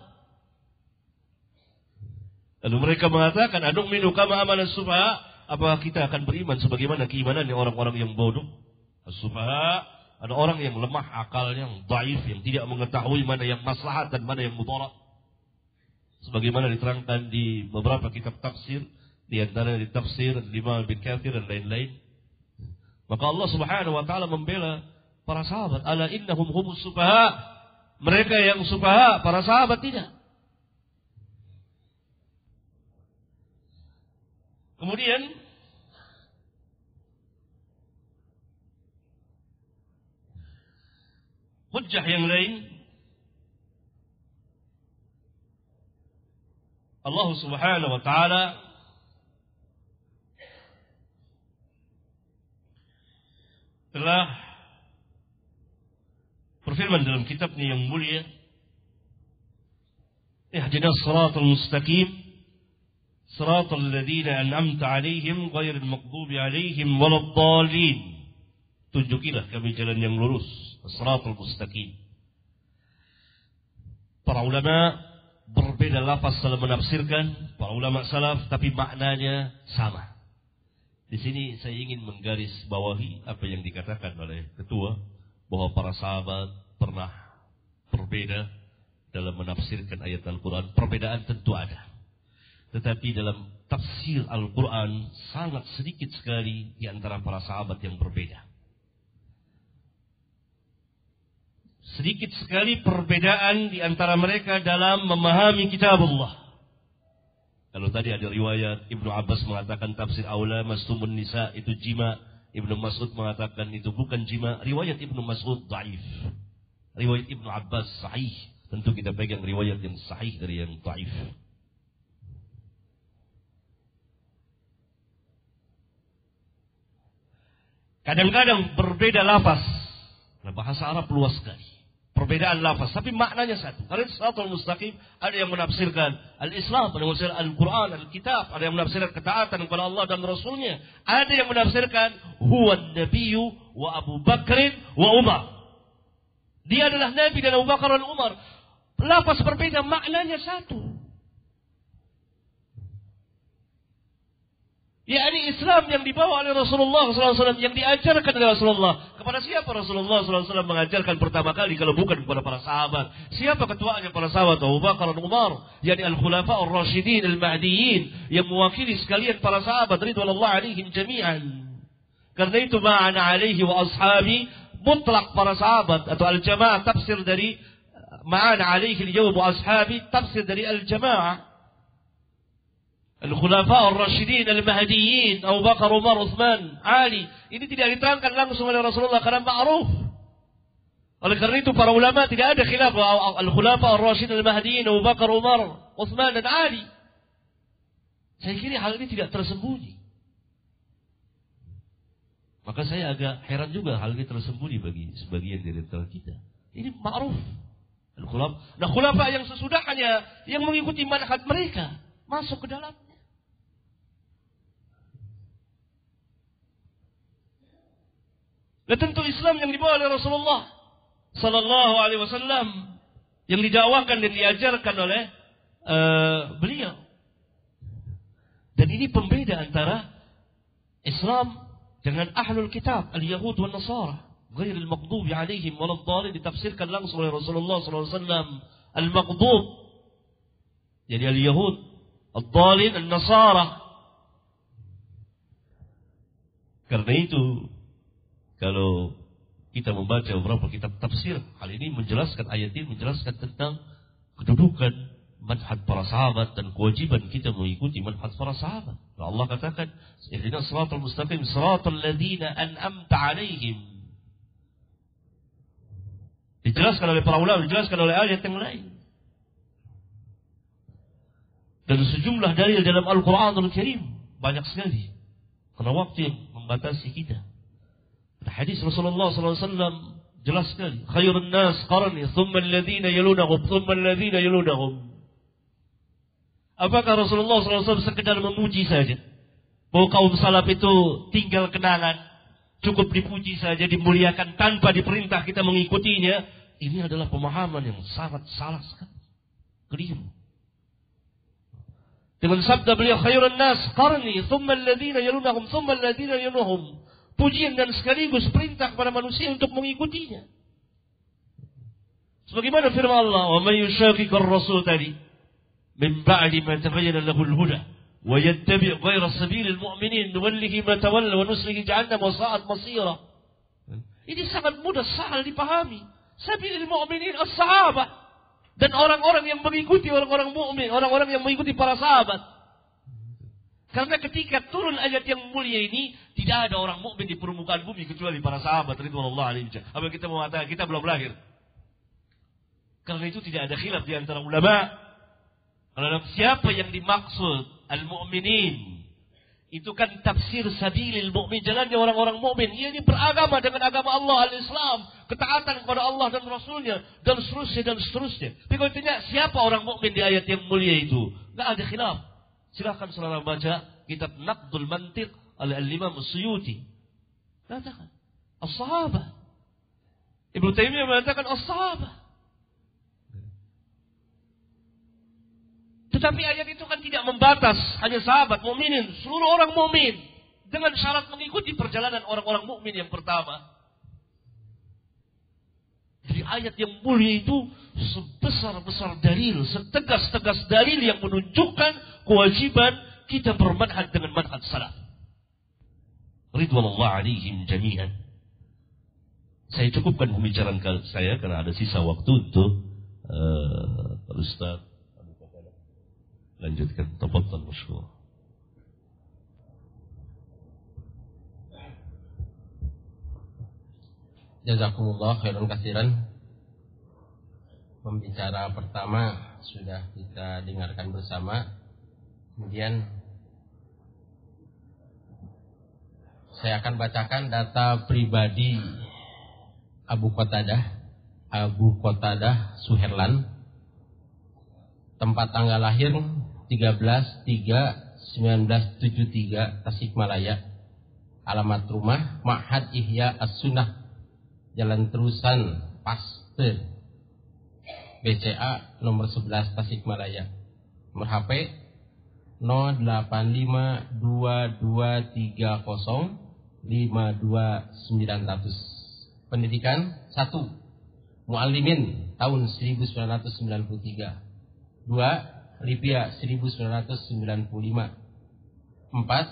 Lalu mereka mengatakan, anu'minu kama amanan sufaha, apakah kita akan beriman sebagaimana keimanannya orang-orang yang bodoh? As-sufaha, ada orang yang lemah akalnya, yang dhaif, yang tidak mengetahui mana yang maslahat dan mana yang mudarat. Sebagaimana diterangkan di beberapa kitab tafsir, di antara di tafsir Imam bin Katsir dan lain-lain. Maka Allah Subhanahu wa taala membela para sahabat, ala innahum humus sufaha. Mereka yang sufaha, para sahabat tidak. Kemudian hujjah yang lain, Allah Subhanahu wa taala telah berfirman dalam kitabnya yang mulia, ihdinas siratal mustaqim siratal ladzina an'amta 'alaihim ghairil maghdubi 'alaihim waladdallin. Tunjukilah kami jalan yang lurus, as-siratal mustaqim. Para ulama berbeda lafaz dalam menafsirkan, para ulama salaf, tapi maknanya sama. Di sini saya ingin menggaris bawahi apa yang dikatakan oleh ketua, bahwa para sahabat pernah berbeda dalam menafsirkan ayat Al-Quran. Perbedaan tentu ada, tetapi dalam tafsir Al-Quran sangat sedikit sekali di antara para sahabat yang berbeda. Sedikit sekali perbedaan di antara mereka dalam memahami kitab Allah. Kalau tadi ada riwayat Ibnu Abbas mengatakan tafsir aula mastumun nisa itu jima, Ibnu Mas'ud mengatakan itu bukan jima. Riwayat Ibnu Mas'ud dhaif. Riwayat Ibnu Abbas sahih. Tentu kita pegang riwayat yang sahih dari yang dhaif. Kadang-kadang berbeda lafaz. Nah, bahasa Arab luas sekali. Perbedaan lafaz, tapi maknanya satu. Kalau Siratal Mustaqim, ada yang menafsirkan al-Islam, ada yang menafsirkan Al-Quran, Al-Kitab, ada yang menafsirkan ketaatan kepada Allah dan Rasulnya. Ada yang menafsirkan huwa nabiyyu wa Abu Bakrin wa Umar. Dia adalah Nabi dan Abu Bakar dan Umar. Lafaz berbeda, maknanya satu. yakni Islam yang dibawa oleh Rasulullah shallallahu alaihi wasallam, yang diajarkan oleh Rasulullah. Kepada siapa Rasulullah shallallahu alaihi wasallam mengajarkan pertama kali kalau bukan kepada para sahabat? Siapa ketuanya para sahabat? Abu Bakar dan Umar, yakni al-khulafa ar-rasyidin al-mahdiyyin, yang mewakili sekalian para sahabat ridwanullah alaihim jami'an. Karena itu ma'ana alaihi wa ashabi, mutlak para sahabat atau al-jamaah, tafsir dari ma'ana alaihi al-yawm wa ashabi, tafsir dari al-jamaah. Al-Khulafa Ar-Rasyidin Al-Mahdiyyin, Abu Bakar, Umar, Utsman, Ali. Ini tidak diterangkan langsung oleh Rasulullah karena ma'ruf. Oleh karena itu para ulama tidak ada khilaf Al-Khulafa Ar-Rasyidin Al-Mahdiyyin, Abu Bakar, Umar, Utsman dan Ali. Saya kira hal ini tidak tersembunyi. Maka saya agak heran juga hal ini tersembunyi bagi sebagian dari antara kita. Ini ma'ruf. Al-Khulafa. Nah, khulafa yang sesudahnya yang mengikuti manhaj mereka masuk ke dalamnya. Dan tentu Islam yang dibawa oleh Rasulullah sallallahu alaihi wasallam, yang didakwakan dan diajarkan oleh uh, beliau. Dan ini pembeda antara Islam dengan ahlul kitab, al-Yahud wal Nasara. Ghairil maghdubi alaihim waladhdallin ditafsirkan langsung oleh Rasulullah sallallahu alaihi wasallam. Al-maghdub jadi al-yahud, ad-dallin an-nasara. Karena itu kalau kita membaca beberapa kitab tafsir, hal ini menjelaskan ayat ini menjelaskan tentang kedudukan manhaj para sahabat dan kewajiban kita mengikuti manhaj para sahabat. Allah katakan, ihdinas siratal mustaqim siratal ladzina an'amta 'alaihim. Dijelaskan oleh para ulama, dijelaskan oleh ayat yang lain. Dan sejumlah dalil dalam Al-Qur'anul Karim banyak sekali. Karena waktu yang membatasi kita. Hadis Rasulullah sallallahu alaihi wasallam jelas sekali. Khairun nas qarni, thumma alladhina yalunahum, thumma alladhina yalunahum. Apakah Rasulullah sallallahu alaihi wasallam sekedar memuji saja? Bahwa kaum salaf itu tinggal kenangan, cukup dipuji saja, dimuliakan tanpa diperintah kita mengikutinya. Ini adalah pemahaman yang sangat salah sekali. Keliru. Dengan sabda beliau, khairun nas qarni, thumma alladhina yalunahum, thumma alladhina yalunahum. Pujian dan sekaligus perintah kepada manusia untuk mengikutinya. Sebagaimana firman Allah, wa may yushaqiqir rasul tadi, min ba'di ma tabayyana lahu al-huda, wa yattabi' ghayra sabilil mu'minin, nuwallihi ma tawalla wa nuslihi jahannam wa sa'at masira. Ini sangat mudah, sahal dipahami. Sabilil mu'minin as-sahabah. Dan orang-orang yang mengikuti orang-orang mukmin, orang-orang yang mengikuti para sahabat. Karena ketika turun ayat yang mulia ini, tidak ada orang mukmin di permukaan bumi kecuali para sahabat ridwanullah alaihim. Apa kita mau katakan kita belum lahir? Karena itu tidak ada khilaf di antara ulama. Karena siapa yang dimaksud al-mu'minin? Itu kan tafsir sabilil mu'min, jalannya orang-orang mukmin. Ia ini beragama dengan agama Allah al-Islam, ketaatan kepada Allah dan Rasulnya, dan seterusnya dan seterusnya. Tapi kalau ditanya siapa orang mukmin di ayat yang mulia itu, nggak ada khilaf. Silakan saudara baca kitab Naqdul Mantiq oleh Al-Imam As-Suyuti. Katakan as-sahabah. Ibnu Taimiyah mengatakan as-sahabah. Tetapi ayat itu kan tidak membatas hanya sahabat mukminin, seluruh orang mukmin dengan syarat mengikuti perjalanan orang-orang mukmin yang pertama. Jadi ayat yang mulia itu sebesar-besar dalil, setegas-tegas dalil yang menunjukkan kewajiban kita bermanhaj dengan manhaj salaf. Ridwanullah alaihim jami'an. Saya cukupkan pembicaraan saya karena ada sisa waktu untuk uh, Ustaz lanjutkan. Tafadhal masyhur. Jazakumullah khairan katsiran. Pembicara pertama sudah kita dengarkan bersama. Kemudian saya akan bacakan data pribadi Abu Qatadah Abu Qatadah Suherlan. Tempat tanggal lahir tiga belas tiga seribu sembilan ratus tujuh puluh tiga Tasikmalaya. Alamat rumah Ma'had Ihya As-Sunnah, Jalan Terusan Paste, B C A nomor sebelas Tasikmalaya. Nomor H P nol delapan lima dua dua tiga nol lima dua sembilan nol nol. Pendidikan satu, Muallimin tahun seribu sembilan ratus sembilan puluh tiga. Dua, Libya seribu sembilan ratus sembilan puluh lima. Empat,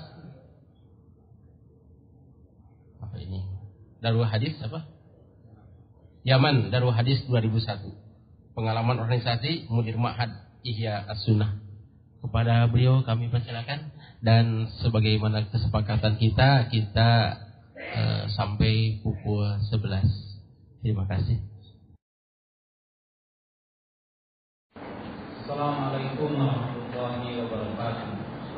apa ini? Darul Hadis apa? Yaman, Darul Hadis dua ribu satu. Pengalaman organisasi Mudir Ma'had Ihya As-Sunnah. Kepada beliau kami persilakan, dan sebagaimana kesepakatan kita, kita eh, sampai pukul sebelas. Terima kasih. Assalamualaikum warahmatullahi wabarakatuh.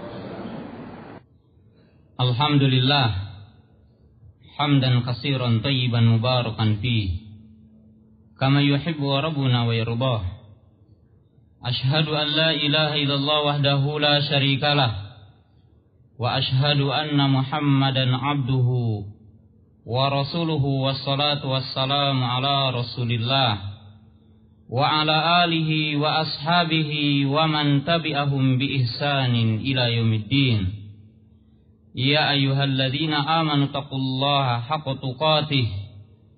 Alhamdulillah hamdan katsiran thayyiban mubarakan fi kama yuhibbu rabbuna wa yardah. Ashhadu an la ilaha illallah wahdahu la syarikalah wa ashhadu anna Muhammadan abduhu wa rasuluhu wassalatu wassalamu ala Rasulillah wa ala alihi wa ashabihi wa man tabi'ahum bi ihsanin ila yaumiddin. Ya ayyuhalladzina amanu taqullaha haqqa tuqatih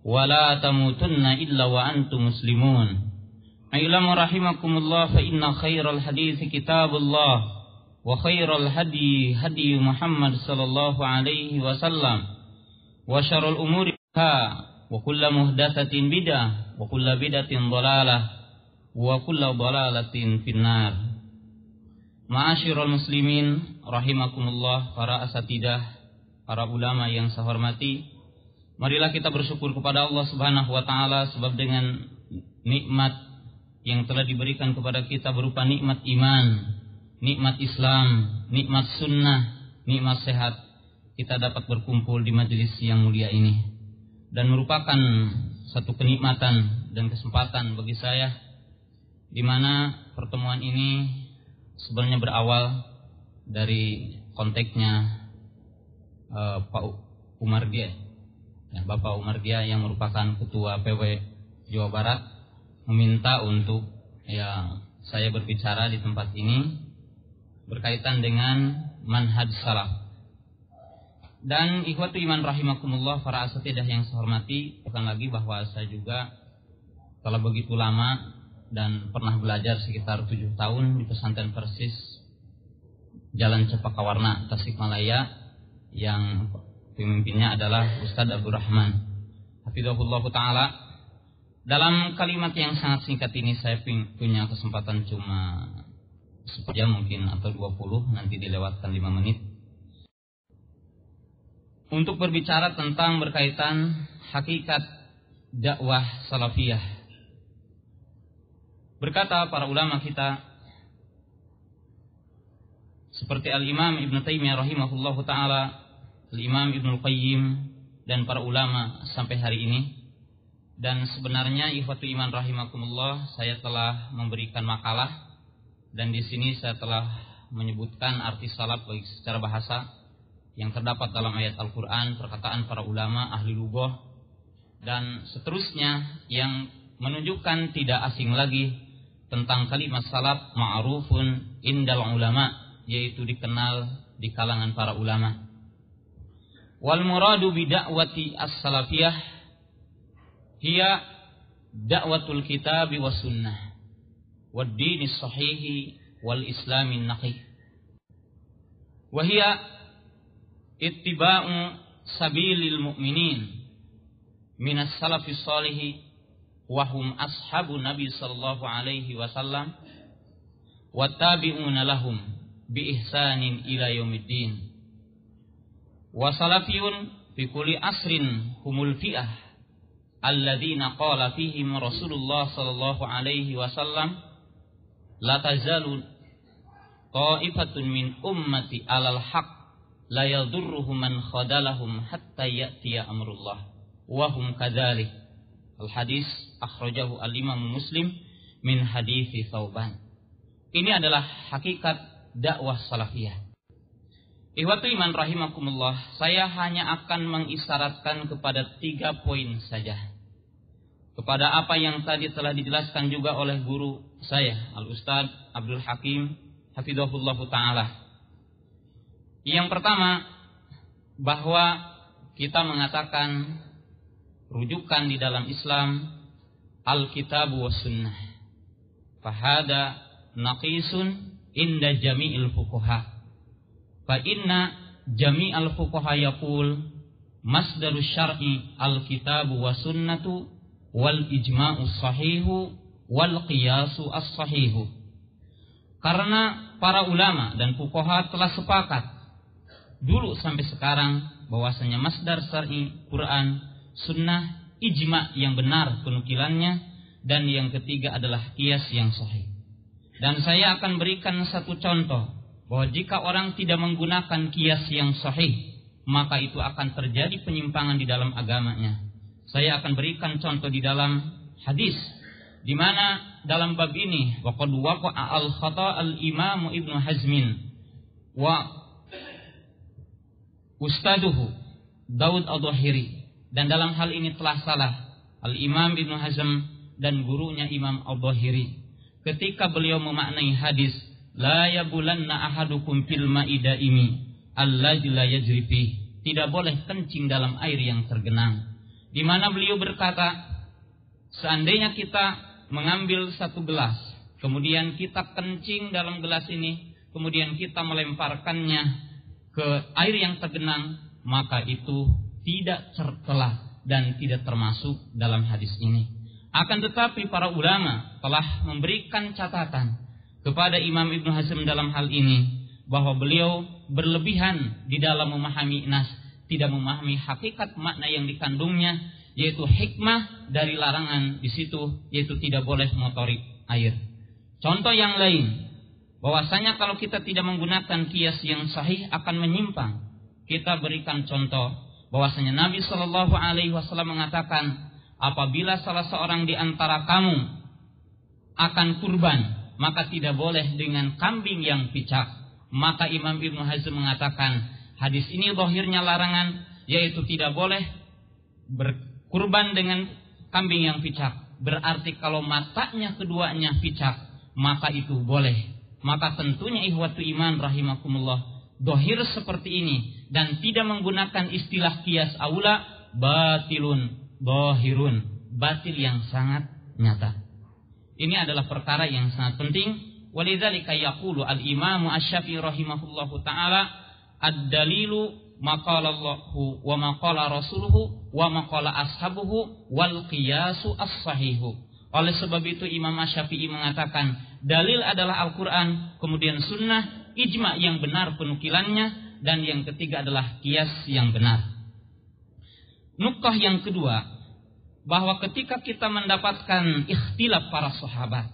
wa la tamutunna illa wa antum muslimun. A'ilamu rahimakumullah, fa inna khairal hadithi kitabullah wa khairal hadi hadi Muhammad sallallahu alaihi wasallam wa syarrul umuri wa kullu muhdatsatin bid'ah wa kullu bid'atin dhalalah wa kullu dhalalatin finnar. Ma'asyiral muslimin rahimakumullah, para asatidah, para ulama yang saya hormati, marilah kita bersyukur kepada Allah Subhanahu wa taala sebab dengan nikmat yang telah diberikan kepada kita berupa nikmat iman, nikmat Islam, nikmat sunnah, nikmat sehat, kita dapat berkumpul di majelis yang mulia ini. Dan merupakan satu kenikmatan dan kesempatan bagi saya, di mana pertemuan ini sebenarnya berawal dari konteksnya uh, Pak Umar Dia, ya, Bapak Umar Dia yang merupakan Ketua P W Jawa Barat, meminta untuk ya saya berbicara di tempat ini berkaitan dengan manhaj salaf. Dan ikhwatu iman rahimakumullah, para asatidah yang saya hormati, bukan lagi bahwa saya juga telah begitu lama dan pernah belajar sekitar tujuh tahun di pesantren Persis Jalan Cepaka Warna, Tasikmalaya, yang pemimpinnya adalah Ustadz Abdurrahman hafizahullah ta'ala. Dalam kalimat yang sangat singkat ini saya punya kesempatan cuma sepuluh mungkin atau dua puluh, nanti dilewatkan lima menit, untuk berbicara tentang berkaitan hakikat dakwah salafiyah. Berkata para ulama kita seperti Al-Imam Ibn Taimiyah rahimahullahu ta'ala, Al-Imam Ibn Al-Qayyim, dan para ulama sampai hari ini. Dan sebenarnya ikhwatu iman rahimakumullah, saya telah memberikan makalah, dan di sini saya telah menyebutkan arti salaf baik secara bahasa yang terdapat dalam ayat Al-Quran, perkataan para ulama, ahli lughah, dan seterusnya yang menunjukkan tidak asing lagi tentang kalimat salaf ma'rufun indal ulama, yaitu dikenal di kalangan para ulama. Wal muradu bidakwati as-salafiyah hiya da'watul kitabi was sunnah wad dinis sahihi wal islamin naqi, wa hiya ittiba'u sabilil mu'minin minas salafis salihi wa hum ashabu nabi sallallahu alaihi wasallam wa tabi'una lahum bi ihsanin ila yaumiddin. Wa salafiyun fi kulli asrin humul fi'ah alladzina qala fihim Rasulullah sallallahu alaihi wasallam la tazalu ta'ifatun min ummati alal haqq la yadurruhum man khadalahum hatta ya'tiya amrullah wa hum kadzalik. Al-hadis akhrajahu al-Imam Muslim min hadithi Thauban. Ini adalah hakikat dakwah salafiyah. Ikhwatu iman rahimakumullah, saya hanya akan mengisyaratkan kepada tiga poin saja, kepada apa yang tadi telah dijelaskan juga oleh guru saya Al-Ustaz Abdul Hakim hafizahullah ta'ala. Yang pertama, bahwa kita mengatakan rujukan di dalam Islam Alkitab wa Sunnah. Fahada naqisun inda jami'il fuqaha. Fa inna jami'al fuqaha yaqul masdarus syar'i Alkitab wa Sunnatu wal ijma'u sahihu wal qiyasu as-sahihu. Karena para ulama dan fuqaha telah sepakat dulu sampai sekarang bahwasanya masdar syar'i Quran, sunnah, ijma yang benar penukilannya, dan yang ketiga adalah qiyas yang sahih. Dan saya akan berikan satu contoh bahwa jika orang tidak menggunakan qiyas yang sahih, maka itu akan terjadi penyimpangan di dalam agamanya. Saya akan berikan contoh di dalam hadis, di mana dalam bab ini waqad waqa'a al-khata' al-Imam Ibnu Hazmin wa ustaduhu Daud Al-Dhahiri, dan dalam hal ini telah salah Al-Imam Ibnu Hazm dan gurunya Imam Al-Dhahiri ketika beliau memaknai hadis la yabulanna ahadukum fil ma'i daimi alladzi la yajri fi, tidak boleh kencing dalam air yang tergenang, di mana beliau berkata, seandainya kita mengambil satu gelas, kemudian kita kencing dalam gelas ini, kemudian kita melemparkannya ke air yang tergenang, maka itu tidak tercela dan tidak termasuk dalam hadis ini. Akan tetapi para ulama telah memberikan catatan kepada Imam Ibnu Hazm dalam hal ini, bahwa beliau berlebihan di dalam memahami nas, tidak memahami hakikat makna yang dikandungnya, yaitu hikmah dari larangan di situ, yaitu tidak boleh motorik air. Contoh yang lain, bahwasanya kalau kita tidak menggunakan kias yang sahih akan menyimpang. Kita berikan contoh bahwasanya Nabi Shallallahu Alaihi Wasallam mengatakan, apabila salah seorang di antara kamu akan kurban, maka tidak boleh dengan kambing yang picak. Maka Imam Ibnu Hazm mengatakan, hadis ini zahirnya larangan, yaitu tidak boleh berkurban dengan kambing yang picak. Berarti kalau matanya keduanya picak, maka itu boleh. Maka tentunya ikhwatu iman rahimakumullah, zahir seperti ini dan tidak menggunakan istilah qiyas aula, batilun, zahirun, batil yang sangat nyata. Ini adalah perkara yang sangat penting. Walidzalika yaqulu al-Imam Asy-Syafi'i rahimahullahu taala, ad-dalilu maqala Allahu wa maqala rasuluhu wa maqala ashabuhu wal qiyasu as-sahihu. Oleh sebab itu Imam Asy-Syafi'i mengatakan, dalil adalah Al-Qur'an, kemudian sunnah, ijma yang benar penukilannya, dan yang ketiga adalah qiyas yang benar. Nuqah yang kedua, bahwa ketika kita mendapatkan ikhtilaf para sahabat,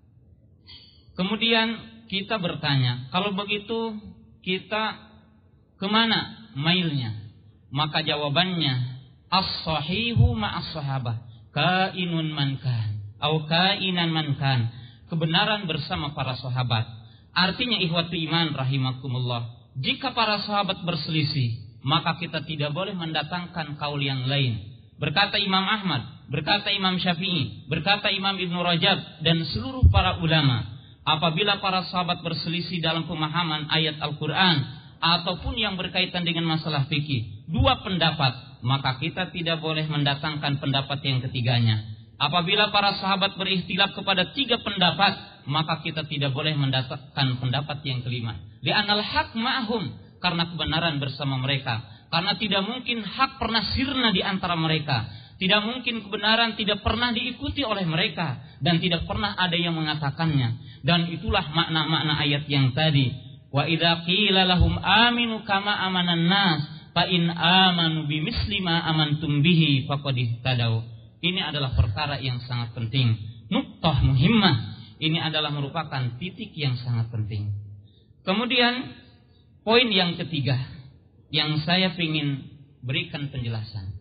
kemudian kita bertanya, kalau begitu kita kemana mailnya? Maka jawabannya, as-sahihu ma'as sahabah, kainun man kan, atau kainan man kan, kebenaran bersama para sahabat. Artinya ikhwatu iman rahimakumullah, jika para sahabat berselisih, maka kita tidak boleh mendatangkan kaul yang lain. Berkata Imam Ahmad, berkata Imam Syafi'i, berkata Imam Ibnu Rajab, dan seluruh para ulama, apabila para sahabat berselisih dalam pemahaman ayat Al-Quran ataupun yang berkaitan dengan masalah fikih, dua pendapat, maka kita tidak boleh mendatangkan pendapat yang ketiganya. Apabila para sahabat berikhtilaf kepada tiga pendapat, maka kita tidak boleh mendatangkan pendapat yang kelima. Li'anal haq ma'hum, karena kebenaran bersama mereka. Karena tidak mungkin hak pernah sirna di antara mereka. Tidak mungkin kebenaran tidak pernah diikuti oleh mereka, dan tidak pernah ada yang mengatakannya. Dan itulah makna-makna ayat yang tadi. Wa idza qila lahum aminu kama amanan nas fa in amanu bimisli ma amantum bihi faqad ihtadaw. Ini adalah perkara yang sangat penting. Nuqtah muhimmah. Ini adalah merupakan titik yang sangat penting. Kemudian poin yang ketiga yang saya ingin berikan penjelasan.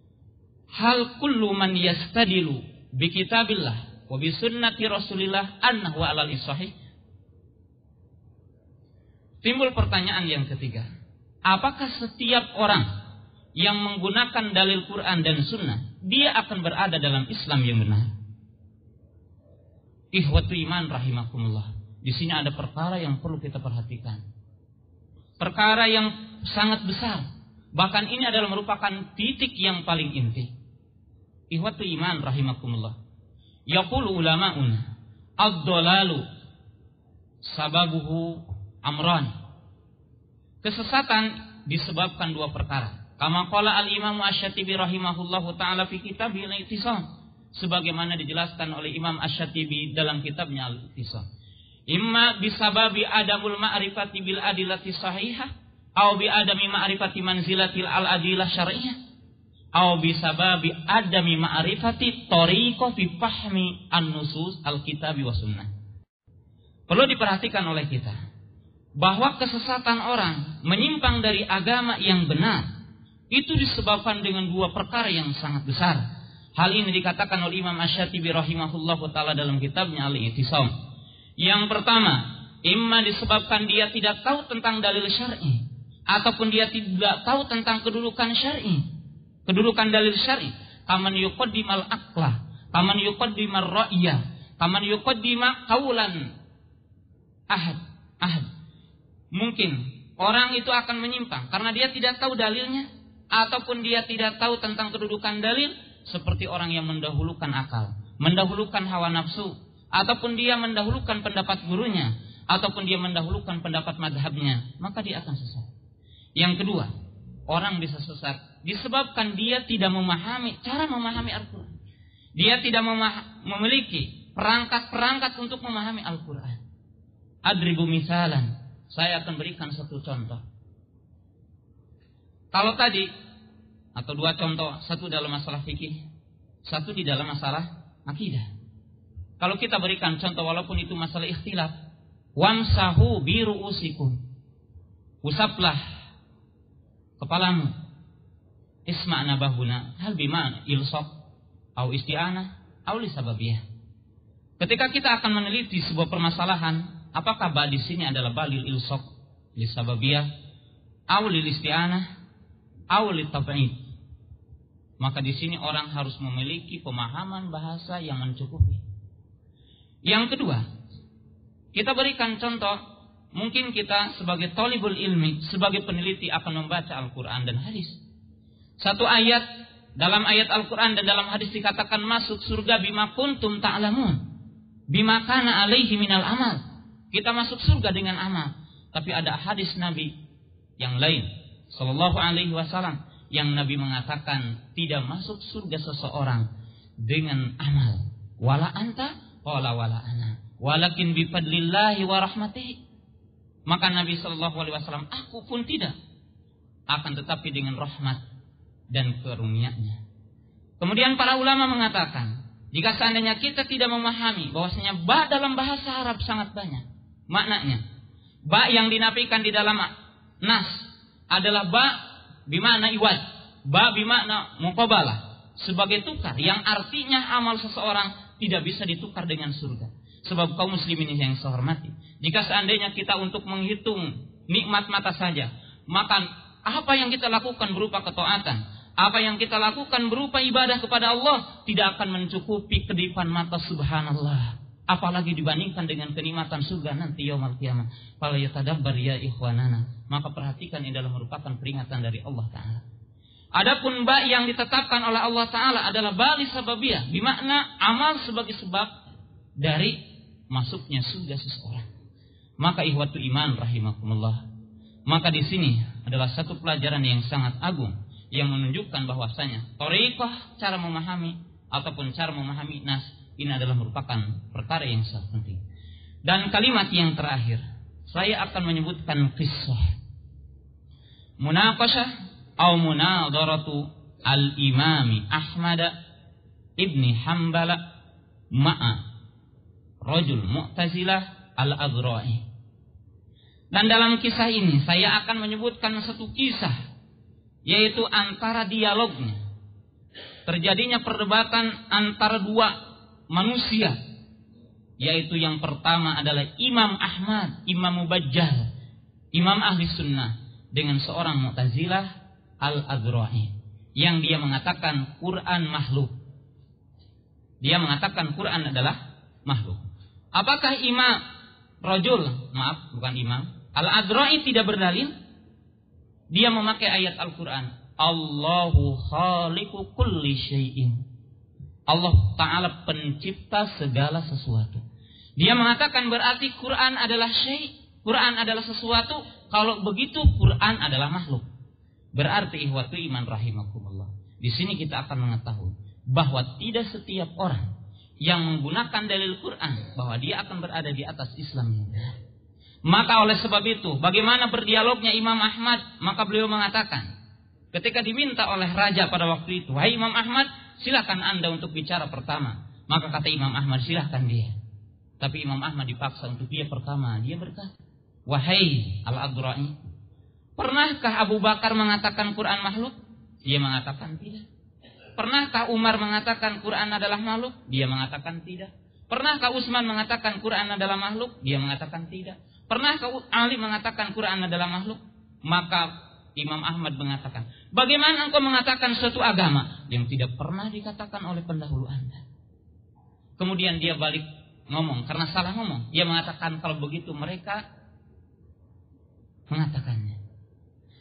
Hal kullu man yastadilu bi kitabillah wa bi sunnati Rasulillah annahu alal sahih. Timbul pertanyaan yang ketiga, apakah setiap orang yang menggunakan dalil Quran dan sunnah dia akan berada dalam Islam yang benar? Ikhwatu iman rahimakumullah, di sini ada perkara yang perlu kita perhatikan. Perkara yang sangat besar. Bahkan ini adalah merupakan titik yang paling inti. Ikhwatu iman rahimakumullah. Yaqulu ulama'una ad-dhalalu sababuhu amran. Kesesatan disebabkan dua perkara. Kama qala al-Imam Asy-Syatibi rahimahullahu taala fi kitabih al-I'tisam, sebagaimana dijelaskan oleh Imam Asy-Syatibi dalam kitabnya Al-I'tisam. Imma bisababi adamul ma'rifati bil adillati sahihah, au bi adami ma'rifati manzilatil al-adillah syar'iyyah, au bisababi adami ma'rifati tariqah fi fahmi an-nusus al-kitabi wa sunnah. Perlu diperhatikan oleh kita bahwa kesesatan orang menyimpang dari agama yang benar itu disebabkan dengan dua perkara yang sangat besar. Hal ini dikatakan oleh Imam Asy-Syatibi rahimahullahu taala dalam kitabnya Al-I'tisam. Yang pertama, imma disebabkan dia tidak tahu tentang dalil syar'i, ataupun dia tidak tahu tentang kedudukan syar'i, kedudukan dalil syar'i. Kaman yuqaddimal aqla, kaman yuqaddimal ra'ya, kaman yuqaddima qaulan ahad, ahad. Mungkin orang itu akan menyimpang karena dia tidak tahu dalilnya, ataupun dia tidak tahu tentang kedudukan dalil, seperti orang yang mendahulukan akal, mendahulukan hawa nafsu, ataupun dia mendahulukan pendapat gurunya, ataupun dia mendahulukan pendapat madhabnya, maka dia akan sesat. Yang kedua, orang bisa sesat disebabkan dia tidak memahami cara memahami Al-Quran. Dia tidak memah- memiliki perangkat-perangkat untuk memahami Al-Quran. Adribu misalan, saya akan berikan satu contoh. Kalau tadi, atau dua contoh, satu dalam masalah fikih, satu di dalam masalah akidah. Kalau kita berikan contoh walaupun itu masalah ikhtilaf, wamsahu biru'usikum, usaplah kepalamu, isma'na bahuna, hal bima ilsaq, au isti'anah, au lisababiyah. Ketika kita akan meneliti sebuah permasalahan, apakah ba di sini adalah balil ilsaq, lisababiyah, au lil isti'anah, au litab'id. Maka di sini orang harus memiliki pemahaman bahasa yang mencukupi. Yang kedua, kita berikan contoh, mungkin kita sebagai thalibul ilmi, sebagai peneliti akan membaca Al-Quran dan hadis. Satu ayat, dalam ayat Al-Quran dan dalam hadis dikatakan masuk surga bima kuntum ta'lamun, bima kana alaihi minal amal. Kita masuk surga dengan amal. Tapi ada hadis Nabi yang lain, sallallahu alaihi wasallam, yang Nabi mengatakan tidak masuk surga seseorang dengan amal. Wala anta, wala wala ana, walakin bifadlillahi wa rahmatihi. Maka Nabi sallallahu alaihi wasallam, aku pun tidak, akan tetapi dengan rahmat dan karunia-Nya. Kemudian para ulama mengatakan, jika seandainya kita tidak memahami bahwasanya ba dalam bahasa Arab sangat banyak maknanya. Ba yang dinafikan di dalam nas adalah ba bimana iwad, ba bimana muqabalah, sebagai tukar, yang artinya amal seseorang tidak bisa ditukar dengan surga. Sebab kaum muslimin yang saya hormati, jika seandainya kita untuk menghitung nikmat mata saja, maka apa yang kita lakukan berupa ketaatan, apa yang kita lakukan berupa ibadah kepada Allah tidak akan mencukupi kedipan mata, subhanallah. Apalagi dibandingkan dengan kenikmatan surga nanti yaumul qiyamah. Fala yatadabbar ya ikhwanana. Maka perhatikan, ini adalah merupakan peringatan dari Allah Ta'ala. Adapun ba yang ditetapkan oleh Allah Ta'ala adalah ba li sababiyah, bermakna amal sebagai sebab dari masuknya surga seseorang. Maka ihwatu iman rahimakumullah, maka di sini adalah satu pelajaran yang sangat agung yang menunjukkan bahwasanya thariqah cara memahami ataupun cara memahami nas ini adalah merupakan perkara yang sangat penting. Dan kalimat yang terakhir, saya akan menyebutkan kisah munaqashah atau munadaratu al-imami Ahmad ibni Hanbal ma'a rajul mu'tazilah al-Aghra'i. Dan dalam kisah ini saya akan menyebutkan satu kisah, yaitu antara dialognya, terjadinya perdebatan antara dua manusia, yaitu yang pertama adalah Imam Ahmad, Imam Mubajjal, Imam Ahli Sunnah, dengan seorang Mu'tazilah Al-Aghra'i, yang dia mengatakan Quran makhluk. Dia mengatakan Quran adalah makhluk. Apakah Imam Rajul, maaf bukan Imam Al-Aghra'i tidak berdalil? Dia memakai ayat Al-Quran, Allahu khaliqu kulli syai'in. Allah Ta'ala pencipta segala sesuatu. Dia mengatakan berarti Quran adalah syai', Quran adalah sesuatu. Kalau begitu Quran adalah makhluk. Berarti ihwatu iman rahimakumullah, di sini kita akan mengetahui bahwa tidak setiap orang yang menggunakan dalil Quran bahwa dia akan berada di atas Islam. Maka oleh sebab itu, bagaimana berdialognya Imam Ahmad? Maka beliau mengatakan, ketika diminta oleh raja pada waktu itu, "Hai Imam Ahmad, silakan Anda untuk bicara pertama." Maka kata Imam Ahmad, silakan dia. Tapi Imam Ahmad dipaksa untuk dia pertama. Dia berkata, "Wahai Al-Aghra'i, pernahkah Abu Bakar mengatakan Quran makhluk?" Dia mengatakan tidak. Pernahkah Umar mengatakan Quran adalah makhluk? Dia mengatakan tidak. Pernahkah Utsman mengatakan Quran adalah makhluk? Dia mengatakan tidak. Pernahkah Ali mengatakan Quran adalah makhluk? Maka Imam Ahmad mengatakan, bagaimana engkau mengatakan suatu agama yang tidak pernah dikatakan oleh pendahulu Anda? Kemudian dia balik ngomong, karena salah ngomong. Dia mengatakan kalau begitu mereka mengatakannya.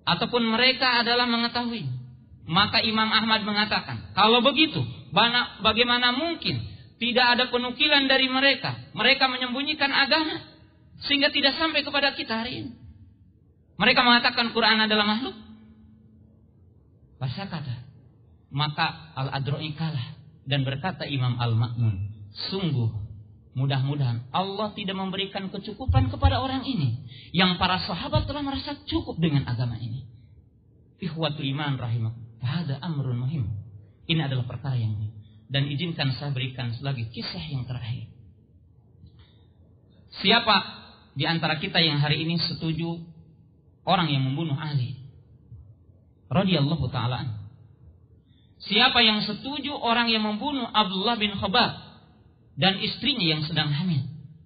ataupun mereka adalah mengetahui. Maka Imam Ahmad mengatakan, kalau begitu, bagaimana mungkin tidak ada penukilan dari mereka? Mereka menyembunyikan agama sehingga tidak sampai kepada kita hari ini. Mereka mengatakan Quran adalah makhluk. Bahasa kata. Maka Al-Adro'i kalah dan berkata Imam Al-Ma'mun, sungguh mudah-mudahan Allah tidak memberikan kecukupan kepada orang ini yang para sahabat telah merasa cukup dengan agama ini. Ikhwatul iman rahimakum. Hada amrun muhim. Ini adalah perkara yang muhim. Dan izinkan saya berikan lagi kisah yang terakhir. Siapa di antara kita yang hari ini setuju orang yang membunuh Ali radhiyallahu ta'ala anhu? Siapa yang setuju orang yang membunuh Abdullah bin Khabbab dan istrinya yang sedang hamil?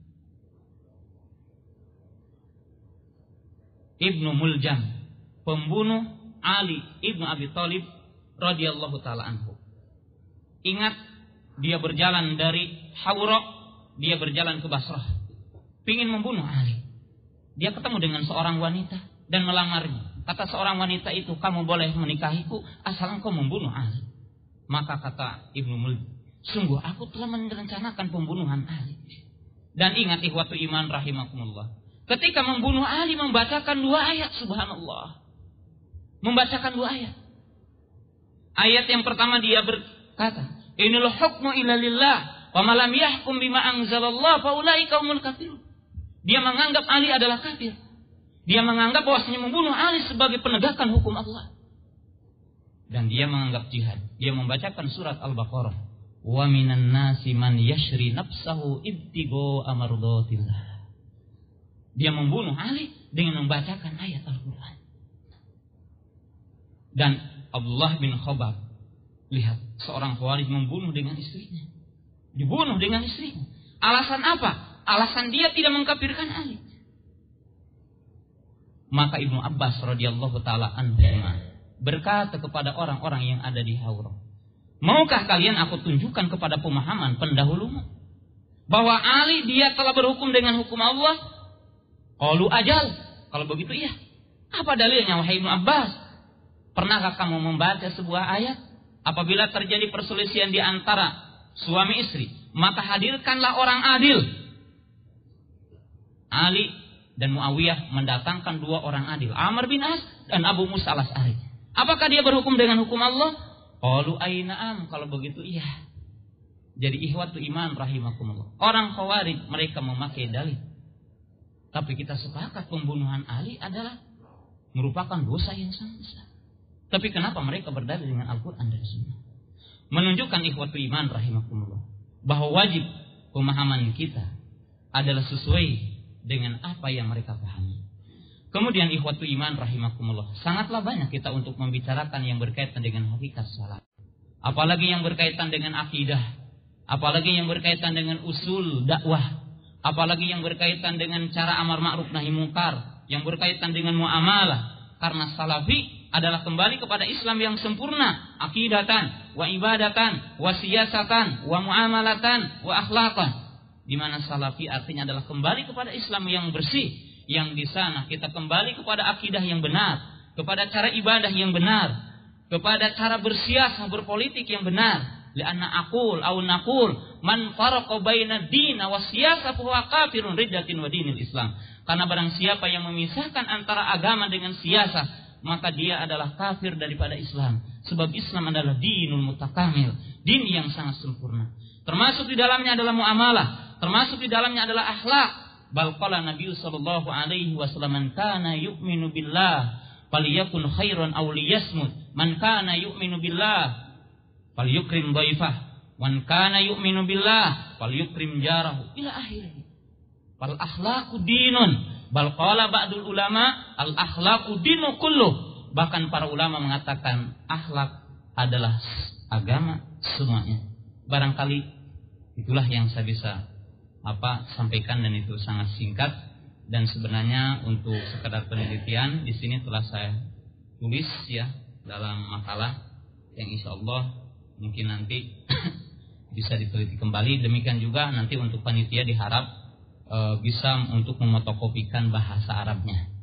Ibnu Muljam, pembunuh Ali ibnu Abi Thalib radhiyallahu ta'ala anhu. Ingat, dia berjalan dari Hawra, dia berjalan ke Basrah, ingin membunuh Ali. Dia ketemu dengan seorang wanita dan melamarnya. Kata seorang wanita itu, kamu boleh menikahiku asal engkau membunuh Ali. Maka kata Ibnu Muljam, sungguh aku telah merencanakan pembunuhan Ali. Dan ingat ikhwatu iman rahimakumullah, ketika membunuh Ali membacakan dua ayat, subhanallah. Membacakan dua ayat. Ayat yang pertama dia berkata, Inil hukmu illa lillah wa ma lam yahkum bima anzalallah fa ulaika humul kafirun. Dia menganggap Ali adalah kafir. Dia menganggap bahwasanya membunuh Ali sebagai penegakan hukum Allah. Dan dia menganggap jihad. Dia membacakan surat Al-Baqarah. Wa minan nasi man yashri nafsahu ibtigo amardatillah. Dia membunuh Ali dengan membacakan ayat Al-Quran. Dan Abdullah bin Khabbab, lihat, seorang Khawarij membunuh dengan istrinya. Dibunuh dengan istrinya. Alasan apa? Alasan dia tidak mengkafirkan Ali. Maka Ibnu Abbas radhiyallahu ta'ala anhu berkata kepada orang-orang yang ada di Hawra, maukah kalian aku tunjukkan kepada pemahaman pendahulumu bahwa Ali dia telah berhukum dengan hukum Allah? Qalu ajal. Kalau begitu iya. Apa dalilnya wahai Ibnu Abbas? Pernahkah kamu membaca sebuah ayat? Apabila terjadi perselisihan di antara suami istri, maka hadirkanlah orang adil. Ali dan Muawiyah mendatangkan dua orang adil, Amr bin As dan Abu Musa al-Asy'ari. Apakah dia berhukum dengan hukum Allah? Qalu ayna'am. Kalau begitu iya. Jadi ikhwatu iman rahimakumullah, orang Khawarij mereka memakai dalil. Tapi kita sepakat pembunuhan Ali adalah merupakan dosa yang sangat besar. Tapi kenapa mereka berdalil dengan Al-Quran dan Sunnah? Menunjukkan ikhwatu iman rahimakumullah bahwa wajib pemahaman kita adalah sesuai dengan apa yang mereka pahami. Kemudian ikhwatu iman rahimakumullah, sangatlah banyak kita untuk membicarakan yang berkaitan dengan hakikat salat. Apalagi yang berkaitan dengan akidah, apalagi yang berkaitan dengan usul dakwah, apalagi yang berkaitan dengan cara amar ma'ruf nahi munkar, yang berkaitan dengan muamalah. Karena salafi adalah kembali kepada Islam yang sempurna, akidatan, wa ibadatan, wa siyasatan, wa muamalatan, wa akhlaqan. Di mana salafi artinya adalah kembali kepada Islam yang bersih, yang di sana kita kembali kepada akidah yang benar, kepada cara ibadah yang benar, kepada cara bersiasah berpolitik yang benar. Lianna aqul aw naqul man faraqa baina din wa siyasah fa huwa kafirun riddatin wa dinil Islam. Karena barang siapa yang memisahkan antara agama dengan siasah, maka dia adalah kafir daripada Islam. Sebab Islam adalah dinul mutakamil, din yang sangat sempurna. Termasuk di dalamnya adalah muamalah, termasuk di dalamnya adalah akhlak. Bal qala Nabi sallallahu alaihi wasallam, man kana yu'minu billah falyakun khairan aw liyasmut, man kana yu'minu billah falyukrim dhaifah, man kana yu'minu billah falyukrim jarahu, ila akhirih. Fal akhlaqu dinun, bal qala ba'dul ulama al akhlaqu dinu kulluh. Bahkan para ulama mengatakan akhlak adalah agama semuanya. Barangkali itulah yang saya bisa apa sampaikan, dan itu sangat singkat, dan sebenarnya untuk sekedar penelitian di sini telah saya tulis ya dalam makalah yang insya Allah mungkin nanti bisa diteliti kembali. Demikian juga nanti untuk panitia diharap e, bisa untuk memotokopikan bahasa Arabnya.